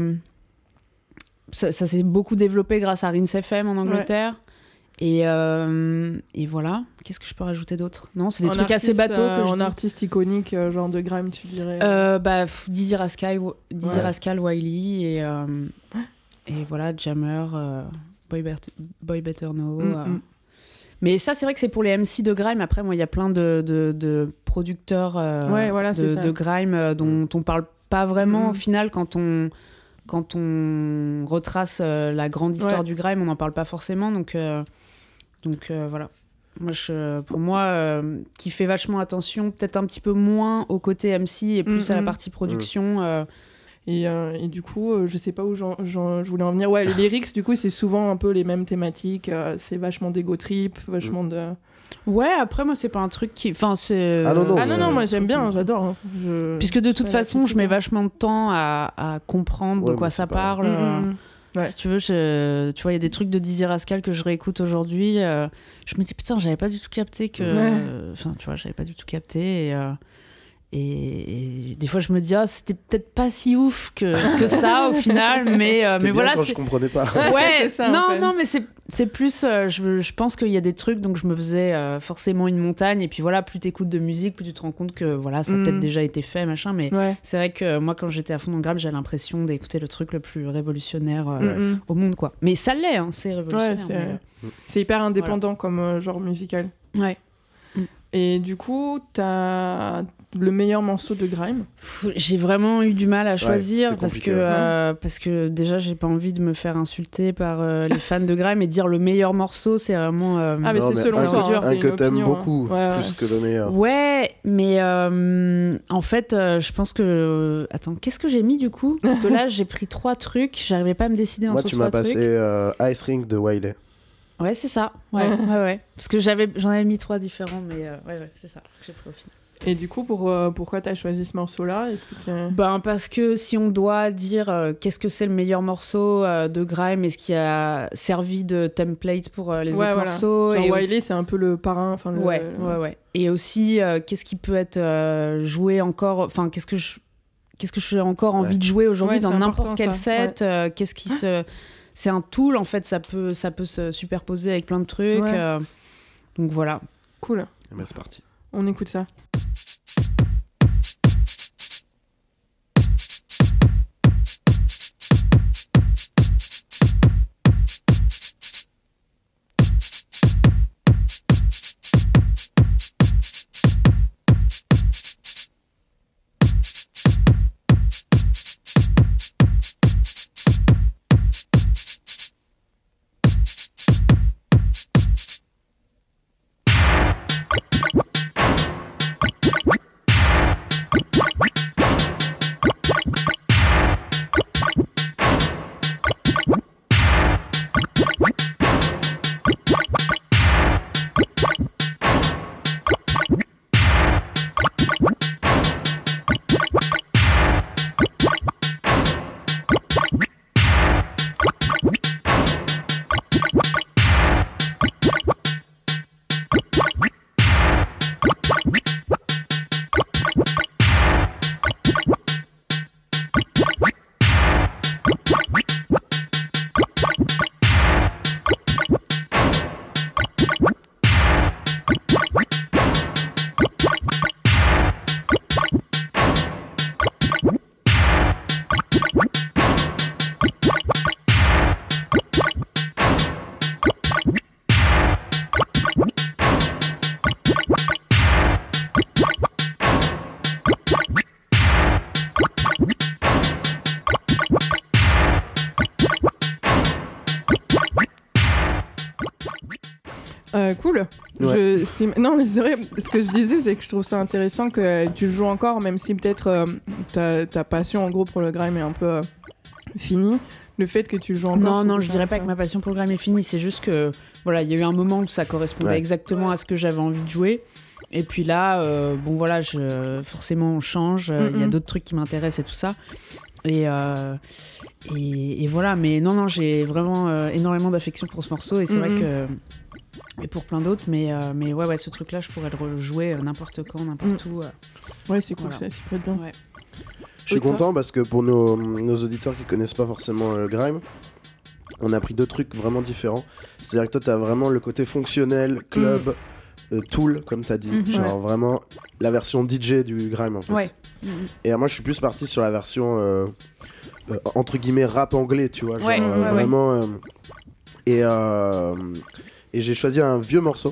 ça s'est beaucoup développé grâce à Rinse FM en Angleterre. Ouais. Et voilà, qu'est-ce que je peux rajouter d'autre? Non, c'est des trucs assez bateaux que je dis. En artiste iconique, genre de grime, tu dirais? Dizzy Rascal, Wiley et voilà, Jammer, Boy Better Know. Mais ça, c'est vrai que c'est pour les MC de grime. Après, moi, il y a plein de producteurs de grime dont on parle pas vraiment au final quand on quand on retrace la grande histoire du grime, on n'en parle pas forcément. Donc voilà. Pour moi, qui fait vachement attention, peut-être un petit peu moins au côté MC et plus à la partie production. Et du coup, je sais pas où je voulais en venir. Ouais, les lyrics, du coup, c'est souvent un peu les mêmes thématiques. C'est vachement d'ego trip, vachement de... Ouais, après, moi, c'est pas un truc qui... Enfin, c'est... non, moi, j'aime bien, j'adore. Hein. Puisque de toute façon, je mets vachement de temps à comprendre de quoi ça parle. Ouais. Si tu veux, tu vois, il y a des trucs de Dizzy Rascal que je réécoute aujourd'hui. Je me dis, putain, j'avais pas du tout capté que... Enfin, tu vois, j'avais pas du tout capté. Et des fois, je me dis, c'était peut-être pas si ouf que ça, au final. Mais voilà. Quand je comprenais pas. Ouais, c'est ça. Non, mais c'est plus... je pense qu'il y a des trucs, donc je me faisais forcément une montagne. Et puis voilà, plus t'écoutes de musique, plus tu te rends compte que voilà, ça a peut-être déjà été fait, machin. Mais c'est vrai que moi, quand j'étais à fond dans le grime, j'avais l'impression d'écouter le truc le plus révolutionnaire au monde, quoi. Mais ça l'est, hein, c'est révolutionnaire. C'est hyper indépendant comme genre musical. Ouais. Et du coup, t'as le meilleur morceau de grime? J'ai vraiment eu du mal à choisir parce que déjà j'ai pas envie de me faire insulter par les fans de grime et dire le meilleur morceau, c'est vraiment mais c'est selon toi, un que t'aimes opinion, beaucoup plus que le meilleur. Ouais, mais en fait je pense que attends, qu'est-ce que j'ai mis du coup? Parce que là j'ai pris 3 trucs, j'arrivais pas à me décider entre 3 trucs. Moi tu m'as passé Ice Ring de Wiley. Ouais, c'est ça. Ouais. Parce que j'en avais mis 3 différents, mais c'est ça que j'ai pris au final. Et du coup, pourquoi t'as choisi ce morceau-là? Parce que si on doit dire qu'est-ce que c'est le meilleur morceau de grime et ce qui a servi de template pour les autres morceaux. Genre et Wiley, c'est un peu le parrain. Ouais. Et aussi, qu'est-ce qui peut être joué encore... Enfin, qu'est-ce que j'ai encore envie de jouer aujourd'hui dans n'importe quel set. Qu'est-ce qui se... C'est un tool, en fait, ça peut se superposer avec plein de trucs. Donc voilà. Cool. C'est parti. On écoute ça. Cool. Non, mais c'est vrai, ce que je disais, c'est que je trouve ça intéressant que tu le joues encore, même si peut-être ta passion en gros pour le grime est un peu finie. Le fait que tu le joues encore. Non, je dirais pas que ma passion pour le grime est finie, c'est juste que voilà, il y a eu un moment où ça correspondait exactement à ce que j'avais envie de jouer. Et puis là, forcément, on change. Il y a d'autres trucs qui m'intéressent et tout ça. Et voilà, mais non, j'ai vraiment énormément d'affection pour ce morceau. Et c'est vrai que. Et pour plein d'autres, mais ouais, ce truc-là, je pourrais le rejouer n'importe quand, n'importe où. Ouais, c'est cool, ça s'y prête bien. Ouais. Je suis content parce que pour nos auditeurs qui connaissent pas forcément le grime, on a pris 2 trucs vraiment différents. C'est-à-dire que toi, t'as vraiment le côté fonctionnel, club, tool, comme t'as dit. Genre vraiment la version DJ du grime, en fait. Ouais. Et moi, je suis plus parti sur la version, entre guillemets, rap anglais, tu vois. Genre vraiment... Et j'ai choisi un vieux morceau.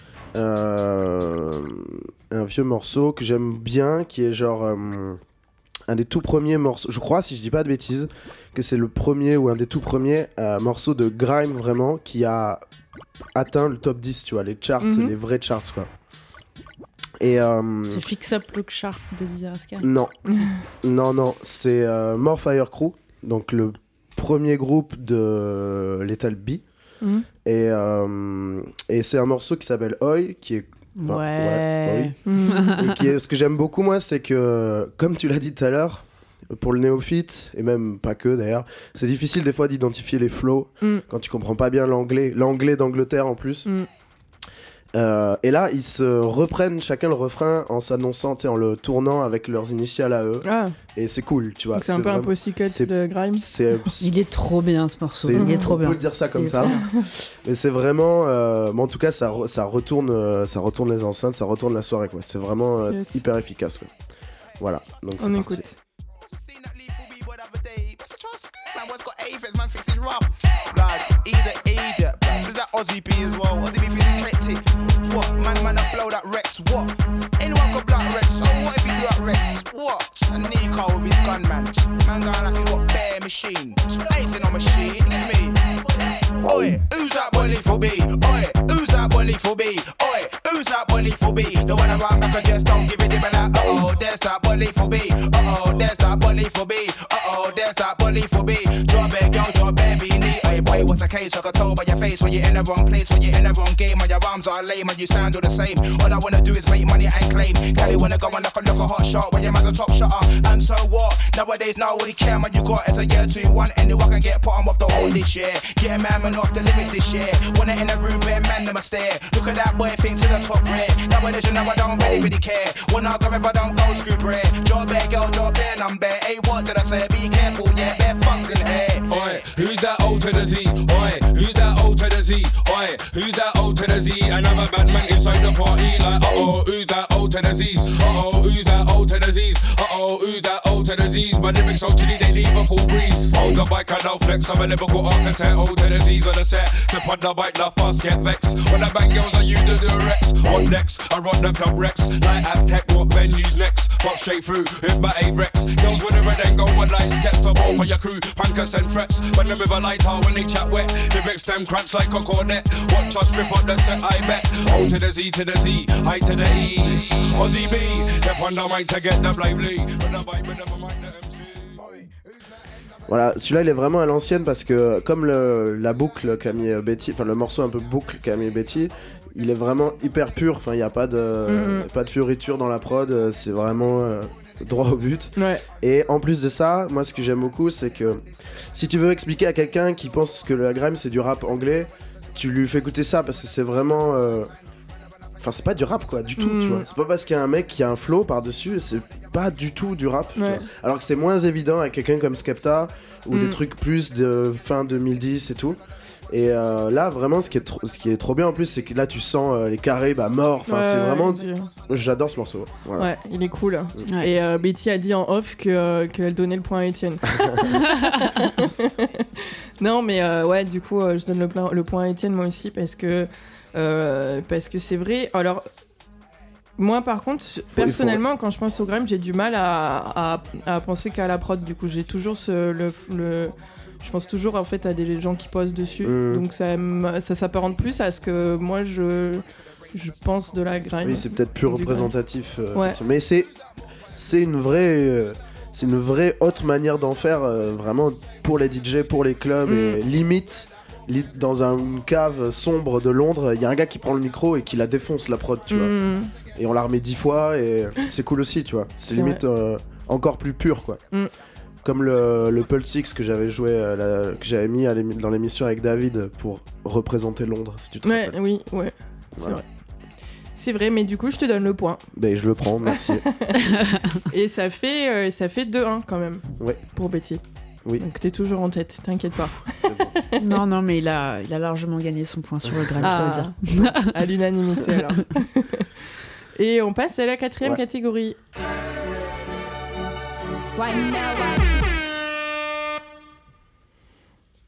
Un vieux morceau que j'aime bien, qui est genre... un des tout premiers morceaux, je crois, si je dis pas de bêtises, que c'est le premier ou un des tout premiers morceaux de grime vraiment qui a atteint le top 10, tu vois, les charts, les vrais charts, quoi. Et c'est Fix Up Look Sharp de Dizzy Rascal. Non, c'est More Fire Crew, donc le premier groupe de Lethal B. Et c'est un morceau qui s'appelle Oi, qui est Oi. Et qui est, ce que j'aime beaucoup moi, c'est que comme tu l'as dit tout à l'heure, pour le néophyte et même pas que d'ailleurs, c'est difficile des fois d'identifier les flows quand tu comprends pas bien l'anglais d'Angleterre en plus. Et là, ils se reprennent chacun le refrain en s'annonçant, en le tournant avec leurs initiales à eux. Et c'est cool, tu vois. Donc c'est un peu un pussycat de grime. Il est trop bien ce morceau. Il est trop bien. On peut le dire ça comme ça. Mais c'est vraiment, en tout cas, ça retourne les enceintes, ça retourne la soirée, quoi. C'est vraiment hyper efficace, quoi. Voilà. Donc on écoute. Aussie B as well. Aussie B feels hectic. What? Man, blow that Rex. What? Anyone could blow that Rex. Oh, what if he blew that Rex? What? A Nico with his gun, man. Man going like he got bare machine. I ain't seen no machine, you get me? Oi, who's that boy for B? Oi, who's that boy for B? Oi, who's that boy for B? The one around back and just don't give it a like, uh-oh, there's that boy for B. Uh-oh, there's that boy for B. Uh-oh, there's that boy for B. Drop it, girl, drop it, be neat. Hey boy, what's the case? I can tell by your face when you're in the wrong place, when you're in the wrong game, and your arms are lame and you sound all the same. All I wanna do is make money and claim. Cali wanna go and look a hot shot when your man's a top shotter. And so what? Nowadays nobody care, man. You got as a year 2-1, anyone can get bottom of the whole this year. Yeah, man off the limits this year. Wanna in the room, bare man, them a stare. Look at that boy, think to the top rare. Nowadays you know I don't really care. Wanna go if I don't go scoop rare. Job bare, girl, job bare, and I'm bare. Hey, what did I say? Be careful, yeah, bare fucks in here. Oi, who's that old to the Z? Oi, who's that old to the Z? Oi, who's that old to the Z? Another bad man inside the party, like, uh-oh, who's that old to the Z's? Uh-oh, who's that old to the Z's? Uh-oh, who's that old to the Z's? My lyrics so chilly, they leave a cool breeze. Hold the bike and no flex, I'm a lyrical architect, old to the Z's on the set. Step on the bike, la fast, get vexed. When I bang girls, I use the Rex. On next, I rock the club Rex. Like Aztec, what venues next? Pop straight through, with my A-Rex. Girls with the red and gold, one light sketch to ball for your crew. Pankers and frets, when them with a light out when they chat wet. Lyrics them crunch like a cornet. Watch us rip up the set, I bet. O to the Z to the Z, I to the E. Aussie B, step on the mic to get the lively. When the vibe, with the mic, the MC. Voilà, celui-là il est vraiment à l'ancienne parce que comme la boucle qu'a mis Betty, enfin le morceau un peu boucle qu'a mis Betty, il est vraiment hyper pur, enfin il n'y a pas de fioriture dans la prod, c'est vraiment droit au but. Ouais. Et en plus de ça, moi ce que j'aime beaucoup c'est que si tu veux expliquer à quelqu'un qui pense que le grime c'est du rap anglais, tu lui fais écouter ça parce que c'est vraiment... Enfin, c'est pas du rap quoi, du tout, tu vois. C'est pas parce qu'il y a un mec qui a un flow par-dessus, c'est pas du tout du rap, tu vois. Alors que c'est moins évident avec quelqu'un comme Skepta ou des trucs plus de fin 2010 et tout. Et là, vraiment, ce qui est trop bien en plus, c'est que là, tu sens les carrés morts. Enfin, c'est vraiment... J'adore ce morceau. Voilà. Ouais, il est cool. Ouais. Et Betty a dit en off qu'elle donnait le point à Étienne. Non, mais ouais, du coup, je donne le point à Étienne moi aussi parce que c'est vrai. Alors, moi par contre, personnellement, quand je pense au grime, j'ai du mal à penser qu'à la prod. Du coup, j'ai toujours je pense toujours en fait à des gens qui posent dessus. Donc ça s'apparente plus à ce que moi je pense de la grime. Oui, c'est peut-être plus représentatif. Ouais. Mais c'est une vraie autre manière d'en faire vraiment pour les DJ, pour les clubs et limite dans une cave sombre de Londres, il y a un gars qui prend le micro et qui la défonce la prod, tu vois. Et on la remet 10 fois et c'est cool aussi, tu vois. C'est limite encore plus pur, quoi. Comme le Pulse X que j'avais joué, que j'avais mis dans l'émission avec David pour représenter Londres, si tu te rappelles. Oui, ouais, c'est vrai. C'est vrai, mais du coup, je te donne le point. Ben, je le prends, merci. Et ça fait 2-1 quand même, pour Betty. Oui. Donc t'es toujours en tête, t'inquiète pas. Bon. Non, mais il a largement gagné son point sur le grime, je dois dire. À l'unanimité alors. Et on passe à la 4e catégorie.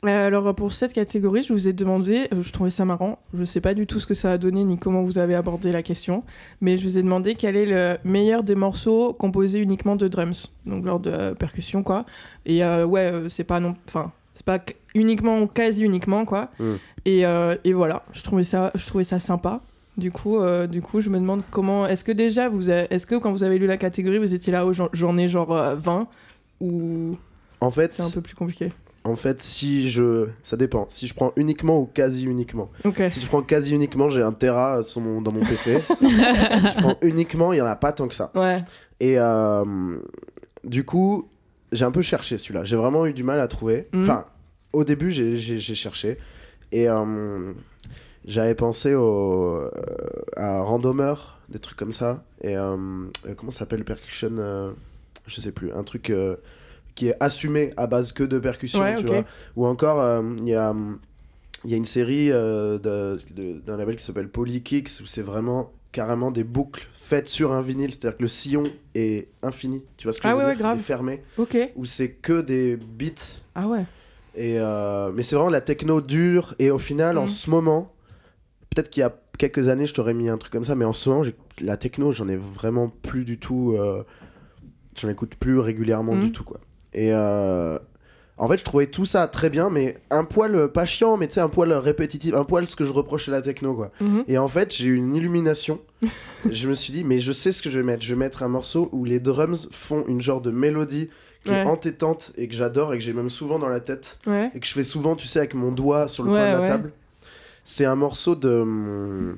Alors pour cette catégorie, je vous ai demandé, je trouvais ça marrant, je sais pas du tout ce que ça a donné ni comment vous avez abordé la question, mais je vous ai demandé quel est le meilleur des morceaux composés uniquement de drums, donc lors de percussion quoi. Et c'est pas uniquement, quasi uniquement quoi. Et voilà, je trouvais ça sympa. Du coup, je me demande comment, est-ce que quand vous avez lu la catégorie, vous étiez là, j'en ai genre 20 ou en fait, c'est un peu plus compliqué. En fait, ça dépend. Si je prends uniquement ou quasi uniquement. Okay. Si je prends quasi uniquement, j'ai 1 Tera dans mon PC. Si je prends uniquement, il y en a pas tant que ça. Ouais. Et du coup, j'ai un peu cherché celui-là. J'ai vraiment eu du mal à trouver. Enfin, au début, j'ai cherché. Et j'avais pensé à Randomer, des trucs comme ça. Et comment ça s'appelle, Percussion je sais plus. Un truc... qui est assumé à base que de percussions, tu vois. Ou encore, il y a une série d'un label qui s'appelle Polykicks, où c'est vraiment carrément des boucles faites sur un vinyle, c'est-à-dire que le sillon est infini, tu vois ce que je veux dire, grave. il est fermé, okay. Où c'est que des beats. Ah ouais. Et, mais c'est vraiment la techno dure, et au final, en ce moment, peut-être qu'il y a quelques années, je t'aurais mis un truc comme ça, mais en ce moment, la techno, j'en ai vraiment plus du tout... j'en écoute plus régulièrement du tout, quoi. Et en fait, je trouvais tout ça très bien, mais un poil pas chiant, mais tu sais, un poil répétitif, un poil ce que je reproche à la techno, quoi. Et en fait, j'ai eu une illumination. Je me suis dit, mais je sais ce que je vais mettre. Je vais mettre un morceau où les drums font une genre de mélodie qui est entêtante et que j'adore et que j'ai même souvent dans la tête. Et que je fais souvent, tu sais, avec mon doigt sur le coin de la table. C'est un morceau de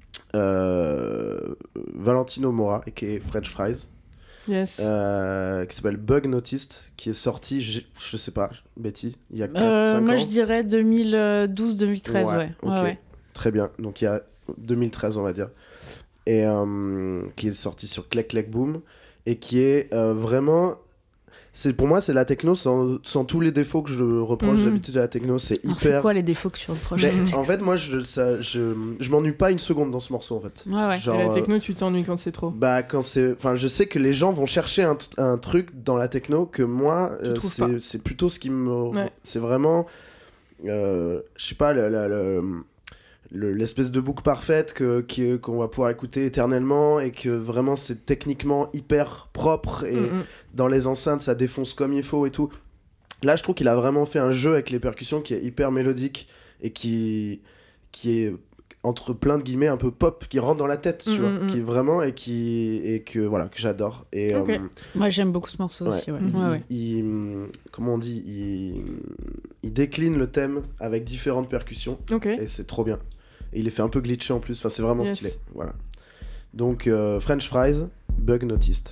Valentino Mora, qui est French Fries. Yes. Qui s'appelle Bug Noticed, qui est sorti, je sais pas, Betty, il y a 4-5 ans. Moi je dirais 2012-2013, ouais. Okay. Ouais. Très bien, donc il y a 2013 on va dire. Et qui est sorti sur Click Click Boom, et qui est vraiment... Pour moi, c'est la techno sans tous les défauts que je reproche d'habitude à la techno. C'est hyper... C'est quoi les défauts que tu reproches en fait, moi, je m'ennuie pas une seconde dans ce morceau, en fait. Ouais. Genre, et la techno, tu t'ennuies quand c'est trop. Enfin, je sais que les gens vont chercher un truc dans la techno que moi, c'est plutôt ce qui me... C'est vraiment... je sais pas, l'espèce de boucle parfaite qu'on va pouvoir écouter éternellement, et que vraiment c'est techniquement hyper propre, et dans les enceintes ça défonce comme il faut et tout. Là je trouve qu'il a vraiment fait un jeu avec les percussions qui est hyper mélodique et qui est entre plein de guillemets un peu pop, qui rentre dans la tête, tu vois, qui est vraiment que j'adore. Et moi j'aime beaucoup ce morceau aussi. Comment on dit, il décline le thème avec différentes percussions, et c'est trop bien. Et il est fait un peu glitché en plus, enfin c'est vraiment stylé. Voilà. Donc French Fries, Bug Noticed.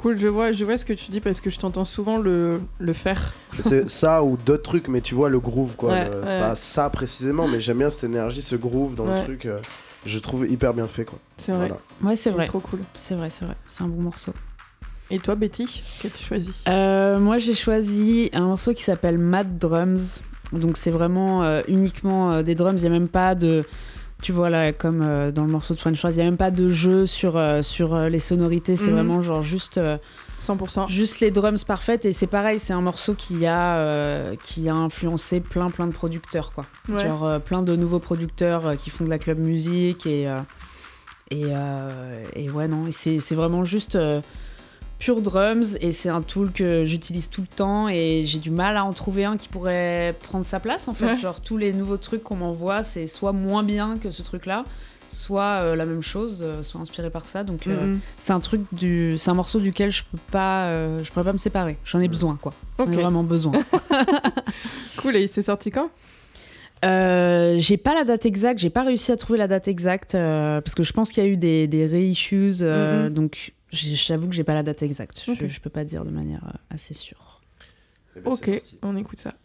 cool, je vois ce que tu dis parce que je t'entends souvent le faire. C'est ça ou d'autres trucs, mais tu vois le groove quoi. Ouais, C'est pas ça précisément, mais j'aime bien cette énergie, ce groove dans le truc. Je trouve hyper bien fait quoi. C'est vrai. Voilà. Ouais, c'est vrai. Trop cool. C'est vrai. C'est un bon morceau. Et toi, Betty, qu'as-tu choisi? Moi, j'ai choisi un morceau qui s'appelle Mad Drums. Donc, c'est vraiment uniquement des drums. Il n'y a même pas de... Tu vois, là, comme dans le morceau de French Fries, il n'y a même pas de jeu sur les sonorités. C'est vraiment genre juste... 100%. Juste les drums parfaites. Et c'est pareil, c'est un morceau qui a influencé plein de producteurs, quoi. Ouais. Genre plein de nouveaux producteurs qui font de la club music. Et ouais, non. Et c'est vraiment juste... pure drums, et c'est un tool que j'utilise tout le temps et j'ai du mal à en trouver un qui pourrait prendre sa place en fait. Ouais. Genre tous les nouveaux trucs qu'on m'envoie, c'est soit moins bien que ce truc là, soit la même chose, soit inspiré par ça. Donc c'est un morceau duquel je pourrais pas me séparer. J'en ai besoin quoi. J'en ai vraiment besoin. Cool. Et il s'est sorti quand? J'ai pas la date exacte, j'ai pas réussi à trouver la date exacte parce que je pense qu'il y a eu des reissues, donc j'avoue que j'ai pas la date exacte. Okay. Je peux pas dire de manière assez sûre. Eh ben, Ok, on écoute ça.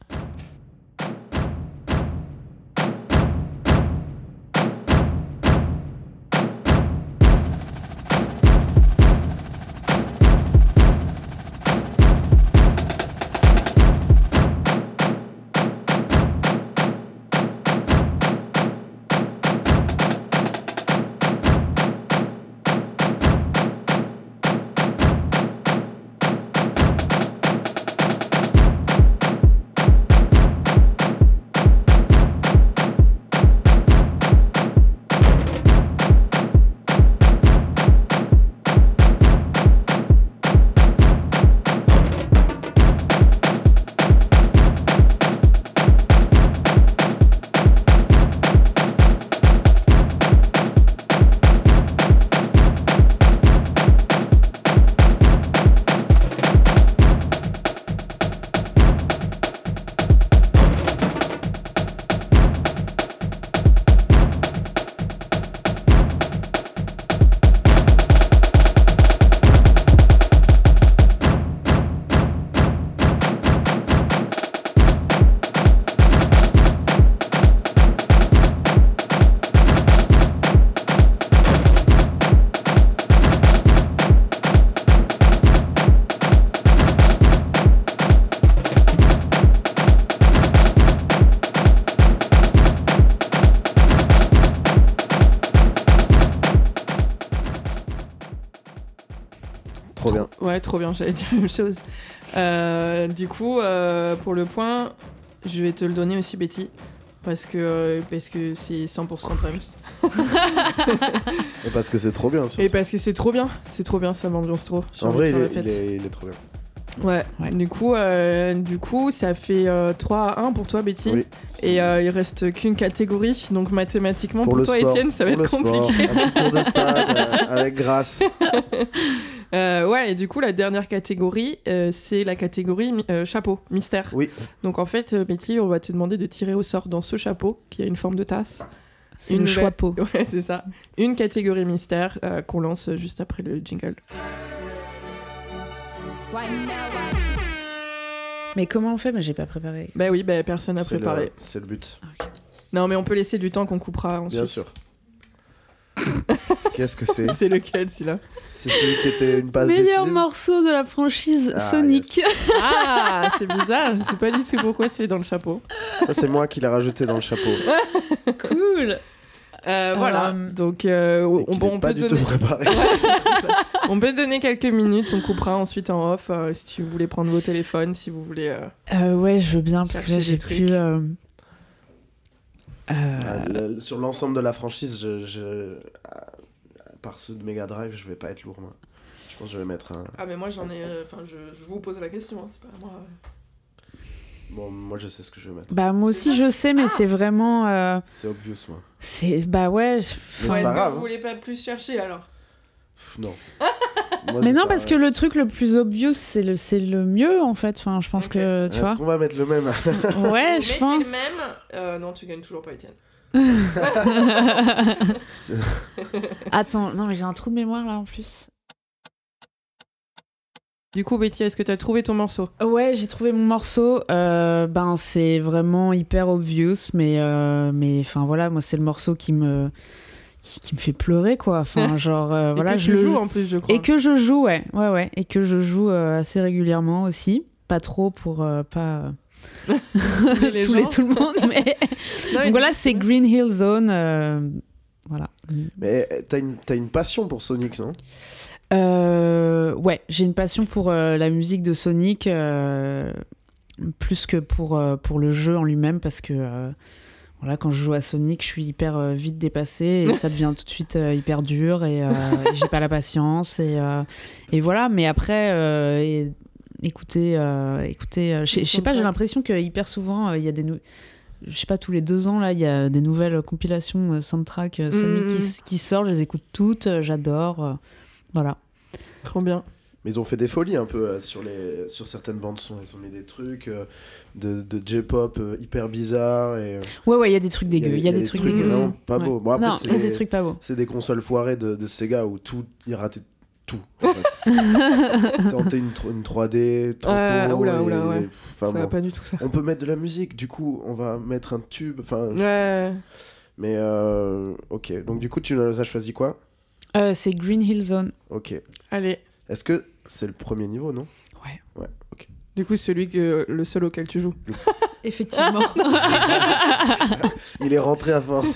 Trop bien. Ouais, trop bien, j'allais dire la même chose. Du coup, pour le point, je vais te le donner aussi, Betty. Parce que c'est 100% drums. Et parce que c'est trop bien. Surtout. Et parce que c'est trop bien, ça m'ambiance trop. En vrai, il est trop bien. Ouais. Du coup, ça fait 3-1 pour toi, Betty. Oui. Et il reste qu'une catégorie, donc mathématiquement, pour toi, sport, Étienne, ça va être compliqué. Un petit tour de stade avec grâce. Ouais, et du coup, la dernière catégorie, c'est la catégorie chapeau, mystère. Oui. Donc en fait, Betty, on va te demander de tirer au sort dans ce chapeau, qui a une forme de tasse. C'est le chapeau. Ouais, c'est ça. Une catégorie mystère qu'on lance juste après le jingle. Mais comment on fait? Mais j'ai pas préparé. Bah oui, personne n'a préparé. C'est le but. Okay. Non, mais on peut laisser du temps qu'on coupera ensuite. Bien sûr. Qu'est-ce que c'est? C'est lequel, celui-là? C'est celui qui était une passe meilleur décisive. morceau de la franchise Sonic. Yes. Ah, c'est bizarre. Je sais pas du tout pourquoi c'est dans le chapeau. Ça, c'est moi qui l'ai rajouté dans le chapeau. Cool. Voilà. Donc, on peut du tout préparé. On peut donner quelques minutes. On coupera ensuite en off si tu voulais prendre vos téléphones, si vous voulez. Ouais, je veux bien parce que là j'ai plus. Sur l'ensemble de la franchise, à part ceux de Mega Drive, je vais pas être lourd. Moi. Je pense que je vais mettre un. Ah mais moi j'en ai. Enfin, je vous pose la question. Hein, c'est pas moi. Bon, moi je sais ce que je vais mettre. Bah moi aussi je sais, mais c'est vraiment. C'est obvious, moi. C'est ouais. Mais c'est pas grave. Vous voulez pas plus chercher alors? Non. Mais non, parce que le truc le plus obvious, c'est le mieux en fait. Enfin, je pense que tu vois. Est-ce qu'on va mettre le même? Ouais, je pense. Le même. Non, tu gagnes toujours pas, Étienne. Attends, non mais j'ai un trou de mémoire là en plus. Du coup, Betty, est-ce que tu as trouvé ton morceau ? Ouais, j'ai trouvé mon morceau. C'est vraiment hyper obvious, mais enfin voilà, moi c'est le morceau qui me fait pleurer, quoi. Enfin, genre voilà, je le joue en plus, je crois. Et que je joue, ouais, et que je joue assez régulièrement aussi, pas trop pour pas saouler tout le monde, mais non, donc voilà, c'est Green Hill Zone, voilà. Mais t'as une passion pour Sonic, non ? Ouais, j'ai une passion pour la musique de Sonic plus que pour le jeu en lui-même, parce que voilà, quand je joue à Sonic, je suis hyper vite dépassée et ça devient tout de suite hyper dur et j'ai pas la patience et voilà. Mais après, écoutez, je sais pas, j'ai l'impression que hyper souvent il y a je sais pas, tous les 2 ans là, il y a des nouvelles compilations soundtrack Sonic qui sortent. Je les écoute toutes, j'adore. Voilà. Trop bien. Mais ils ont fait des folies un peu sur certaines bandes son. Ils ont mis des trucs de J-pop hyper bizarres. Ouais, il y a des trucs dégueux. Il y a des trucs dégueux. Vraiment pas beaux. Bon, après, non, il y a des trucs pas beaux. C'est des consoles foirées de Sega où ils rataient tout. En fait. Tenter une 3D trop tôt. Oula, ouais. Ça va pas du tout ça. On peut mettre de la musique, du coup, on va mettre un tube. Ouais. Mais ok. Donc, du coup, tu as choisi quoi ? C'est Green Hill Zone. Ok. Allez. Est-ce que c'est le premier niveau, non ? Ouais, ok. Du coup, le seul auquel tu joues. Effectivement. Il est rentré à force.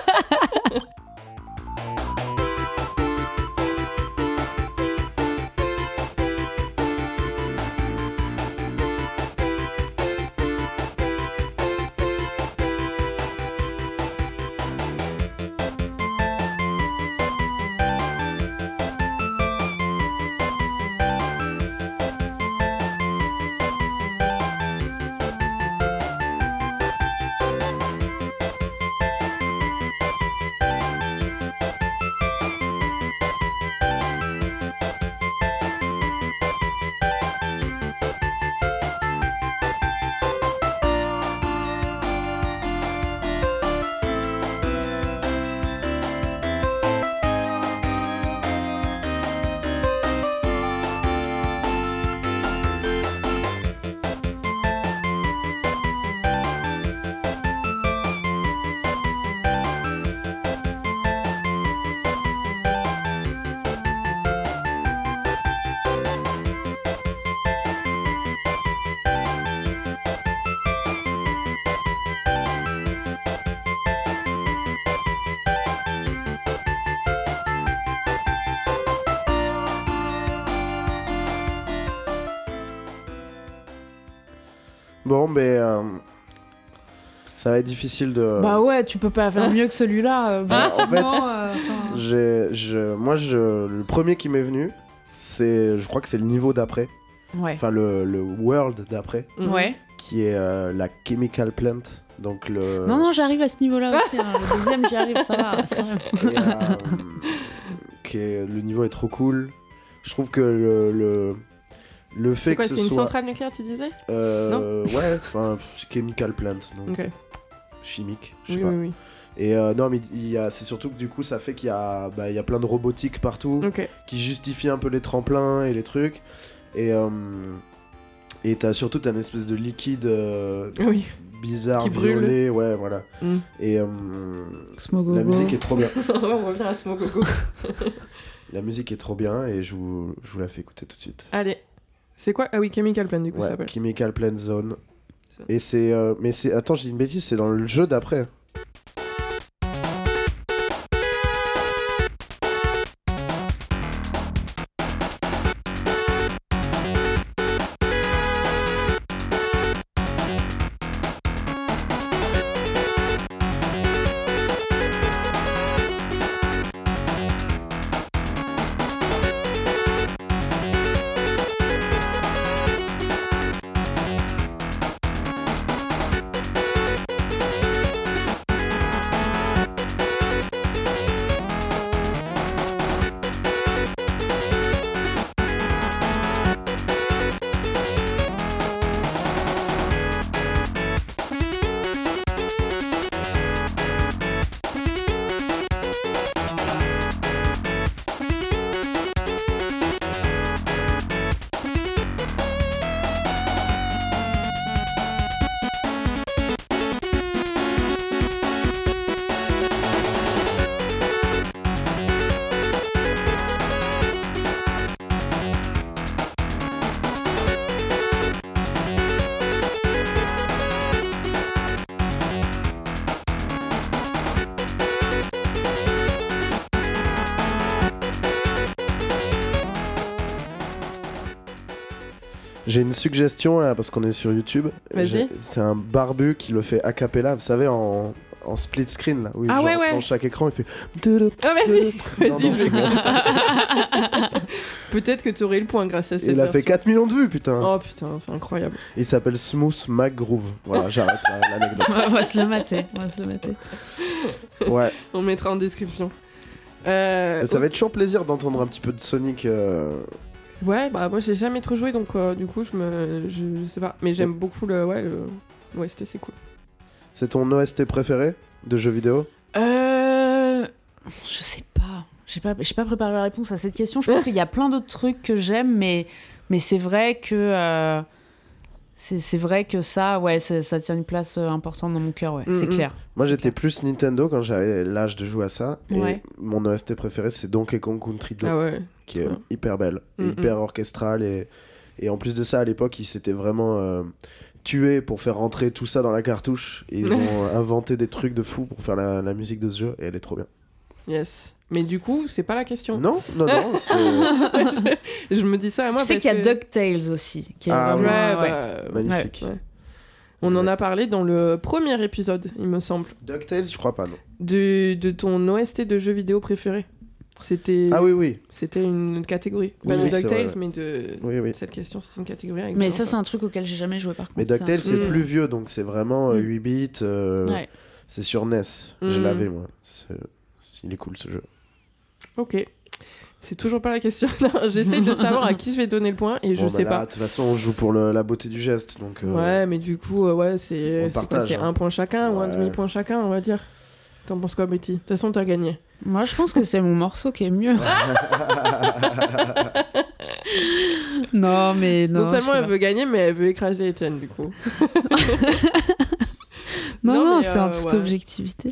Bon, mais ça va être difficile de... Bah ouais, tu peux pas faire mieux que celui-là. En fait, le premier qui m'est venu, je crois que c'est le niveau d'après. Ouais. Enfin, le world d'après. Ouais. Qui est la Chemical Plant. Donc Non, j'arrive à ce niveau-là aussi. Le deuxième, j'y arrive, ça va quand même. Le niveau est trop cool. Je trouve que le fait que ce soit... C'est une centrale nucléaire, tu disais ? Non. Ouais, enfin, Chemical Plant, donc chimique, je sais pas. Oui. Et non, mais c'est surtout que du coup, ça fait qu'il y a plein de robotique partout, qui justifie un peu les tremplins et les trucs. Et t'as une espèce de liquide bizarre, qui violet, ouais, voilà. Et la musique est trop bien. On revient à Smogogo. La musique est trop bien et je vous la fais écouter tout de suite. Allez. C'est quoi ? Ah oui, Chemical Plant, du coup, ça s'appelle. Chemical Plant Zone. Et c'est... Attends, j'ai dit une bêtise, c'est dans le jeu d'après. J'ai une suggestion là, parce qu'on est sur YouTube. Vas-y. C'est un barbu qui le fait a cappella, vous savez, en split screen là. Où dans chaque écran, il fait. Ah, vas-y, Non, vas-y, c'est bon. Peut-être que tu aurais le point grâce à cette Il a fait 4 millions de vues, putain. Oh putain, c'est incroyable. Il s'appelle Smooth McGroove. Voilà, j'arrête l'anecdote. On va se le mater. Ouais. On mettra en description. Ça va être toujours plaisir d'entendre un petit peu de Sonic. Ouais, bah moi j'ai jamais trop joué donc du coup je sais pas. Mais j'aime beaucoup le OST, c'est cool. C'est ton OST préféré de jeux vidéo? Je sais pas. J'ai pas préparé la réponse à cette question. Je pense qu'il y a plein d'autres trucs que j'aime, mais c'est vrai que c'est vrai que ça tient une place importante dans mon cœur, ouais. C'est clair. Moi j'étais plus Nintendo quand j'avais l'âge de jouer à ça. Ouais. Et mon OST préféré c'est Donkey Kong Country 2, qui est hyper belle, et hyper orchestrale. Et en plus de ça, à l'époque, ils s'étaient vraiment tués pour faire rentrer tout ça dans la cartouche. Et ils ont inventé des trucs de fou pour faire la musique de ce jeu, et elle est trop bien. Yes. Mais du coup, c'est pas la question. Non, c'est... je me dis ça à moi. Je sais qu'il y a DuckTales aussi, qui est vraiment... magnifique. Ouais. On en a parlé dans le premier épisode, il me semble. DuckTales, je crois pas, non. De ton OST de jeu vidéo préféré. C'était... Ah oui. C'était une catégorie. Oui, pas de c'est DuckTales, vrai. mais de... Oui. Cette question, c'est une catégorie. Avec Mais ça, c'est un truc auquel j'ai jamais joué, par contre. Mais DuckTales, c'est plus vieux, donc c'est vraiment 8 bits. Ouais. C'est sur NES. Je l'avais, moi. Il est cool, ce jeu. Ok. C'est toujours pas la question. J'essaie de savoir à qui je vais donner le point et je sais pas. De toute façon, on joue pour la beauté du geste. Donc, ouais, mais du coup, c'est quoi, c'est un point chacun ou un demi-point chacun, on va dire. T'en penses quoi, Betty? De toute façon, t'as gagné. Moi, je pense que c'est mon morceau qui est mieux. Non, mais non. Non seulement elle veut gagner, mais elle veut écraser Étienne, du coup. non, c'est en toute objectivité.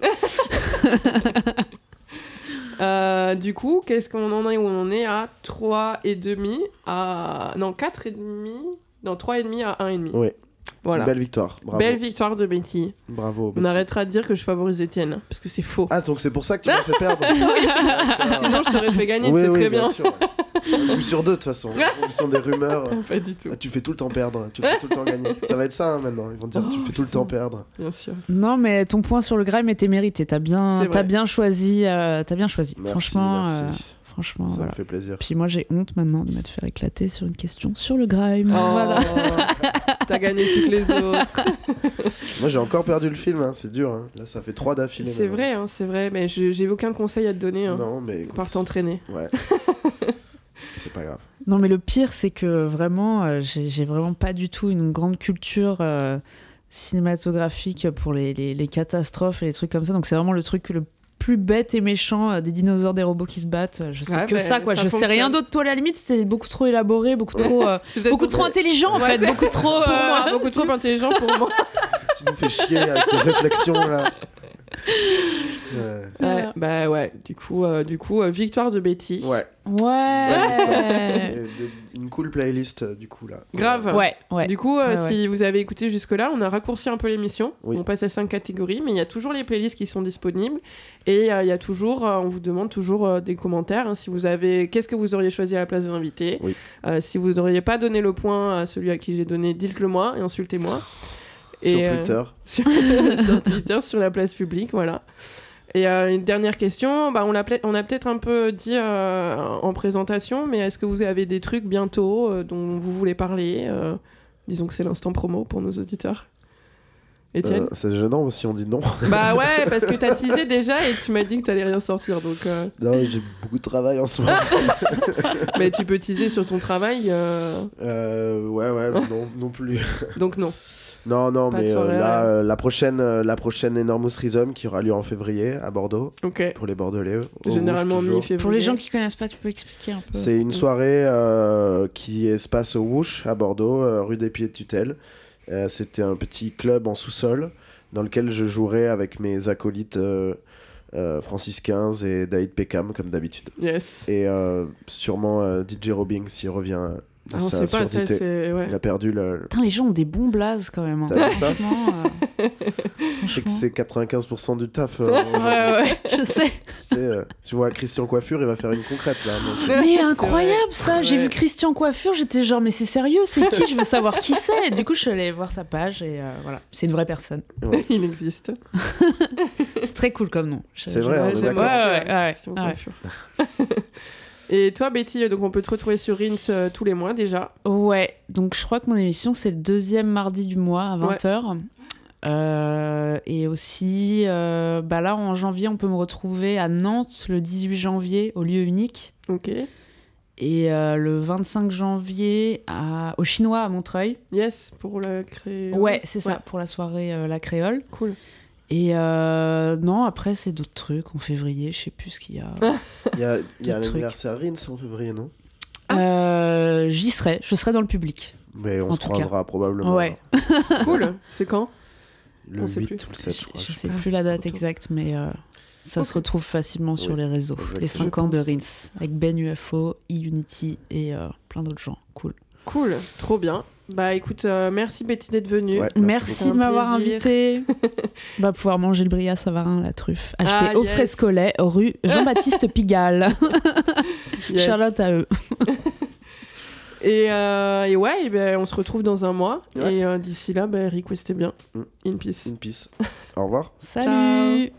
Du coup, qu'est-ce qu'on en est où on en est à 3,5 à... Non, 4,5 Non, 3,5 à 1,5. Oui. Voilà. Belle victoire. Bravo. Belle victoire de Betty. Bravo, Betty. On arrêtera de dire que je favorise Étienne, parce que c'est faux. Ah, donc c'est pour ça que tu m'as fait perdre. Sinon, je t'aurais fait gagner, oui, c'est très bien. Sûr. Un coup sur deux, de toute façon. Ce sont des rumeurs. Pas du tout. Ah, tu fais tout le temps perdre, tu fais tout le temps gagner. Ça va être ça maintenant. Ils vont te dire tu fais tout le temps perdre. Bien sûr. Non, mais ton point sur le grime était mérité. T'as bien choisi. Merci, Franchement, ça voilà. me fait plaisir. Puis moi, j'ai honte maintenant de m'être fait éclater sur une question sur le grime. Voilà. T'as gagné toutes les autres. Moi, j'ai encore perdu le film. C'est dur. Là, ça fait 3 d'affilée. C'est vrai, c'est vrai. Mais j'ai aucun conseil à te donner. Non, mais écoute, par t'entraîner. Ouais. C'est pas grave. Non, mais le pire, c'est que vraiment, j'ai vraiment pas du tout une grande culture cinématographique pour les catastrophes et les trucs comme ça. Donc c'est vraiment le truc le plus bête et méchant des dinosaures, des robots qui se battent. Je sais que ça, quoi. Je sais rien d'autre. Toi, à la limite, c'est beaucoup trop élaboré, beaucoup trop intelligent, en fait. Beaucoup trop... beaucoup trop intelligent pour moi. Tu nous fais chier avec tes réflexions, là. Bah ouais, du coup, victoire de Betty. Ouais. Une cool playlist, du coup, là. Grave. Ouais. Du coup, si vous avez écouté jusque-là, on a raccourci un peu l'émission. On passe à 5 catégories, mais il y a toujours les playlists qui sont disponibles. Et il y a toujours, on vous demande toujours des commentaires. Si vous avez, qu'est-ce que vous auriez choisi à la place des invités? Si vous n'auriez pas donné le point à celui à qui j'ai donné, dites-le moi et insultez-moi. Sur Twitter. Sur Twitter, sur la place publique, voilà. Et une dernière question, on a peut-être un peu dit en présentation, mais est-ce que vous avez des trucs bientôt dont vous voulez parler disons que c'est l'instant promo pour nos auditeurs. Étienne c'est gênant si on dit non. Bah ouais, parce que t'as teasé déjà et tu m'as dit que t'allais rien sortir, donc... Non, j'ai beaucoup de travail en ce moment. Mais tu peux teaser sur ton travail Ouais, non plus. Donc non. Non, pas mais là, la prochaine Enormous Rhizome qui aura lieu en février à Bordeaux. Ok. Pour les Bordelais. Généralement mi-février. Pour les gens qui connaissent pas, tu peux expliquer un peu. C'est une soirée qui se passe au Woosh à Bordeaux, rue des Pieds de Tutelle. C'était un petit club en sous-sol dans lequel je jouerai avec mes acolytes Francis XV et David Peckham comme d'habitude. Yes. Et sûrement DJ Robbing s'il revient dans Ah, on sa sait pas, ça, surdité. c'est... Ouais. Il a perdu le... Putain, les gens ont des bons blazes quand même. Hein. T'as vu ça? Franchement, Je sais que c'est 95% du taf. ouais, je sais. Tu vois, Christian Coiffure, il va faire une concrète là. Donc, Mais incroyable ça, j'ai Ouais. vu Christian Coiffure, j'étais genre mais c'est sérieux, c'est qui? Je veux savoir qui c'est. Et du coup je suis allée voir sa page et voilà, c'est une vraie personne. Il existe. C'est très cool comme nom. C'est vrai, on est j'aime d'accord. aussi, Ouais. Christian Coiffure. Et toi, Betty, donc on peut te retrouver sur Rince tous les mois déjà. Ouais, donc je crois que mon émission c'est le 2e mardi du mois à 20h. Et aussi, là en janvier, on peut me retrouver à Nantes le 18 janvier au lieu unique. Ok. Et le 25 janvier au Chinois à Montreuil. Yes, pour la créole. Ouais, c'est ça, pour la soirée La Créole. Cool. Et non, après, c'est d'autres trucs en février, je sais plus ce qu'il y a. il y a Truc. l'anniversaire Rince en février, non? J'y serai, je serai dans le public. Mais on En se tout croisera probablement. Ouais. Cool. C'est quand? Le On sait 8 plus. ou le 7, je crois. Je sais Ah, plus la date trop tôt. exacte, mais ça se Ok. retrouve facilement sur Oui, les réseaux. exact. Les 5 ans de pense. Rince, avec Ben UFO, E-Unity et plein d'autres gens. Cool. Cool. Trop bien. Bah écoute, merci Betty d'être venue. Ouais, Merci beaucoup. de m'avoir Un plaisir. invité. On va pouvoir manger le bria savarin, la truffe. Acheté Ah, au yes. Frescolet, rue Jean-Baptiste Pigalle. Yes. Charlotte à eux. Et ouais, et ben, on se retrouve dans un mois. Ouais. Et d'ici là, requestez bien. Mm. In peace. In peace. Au revoir. Salut.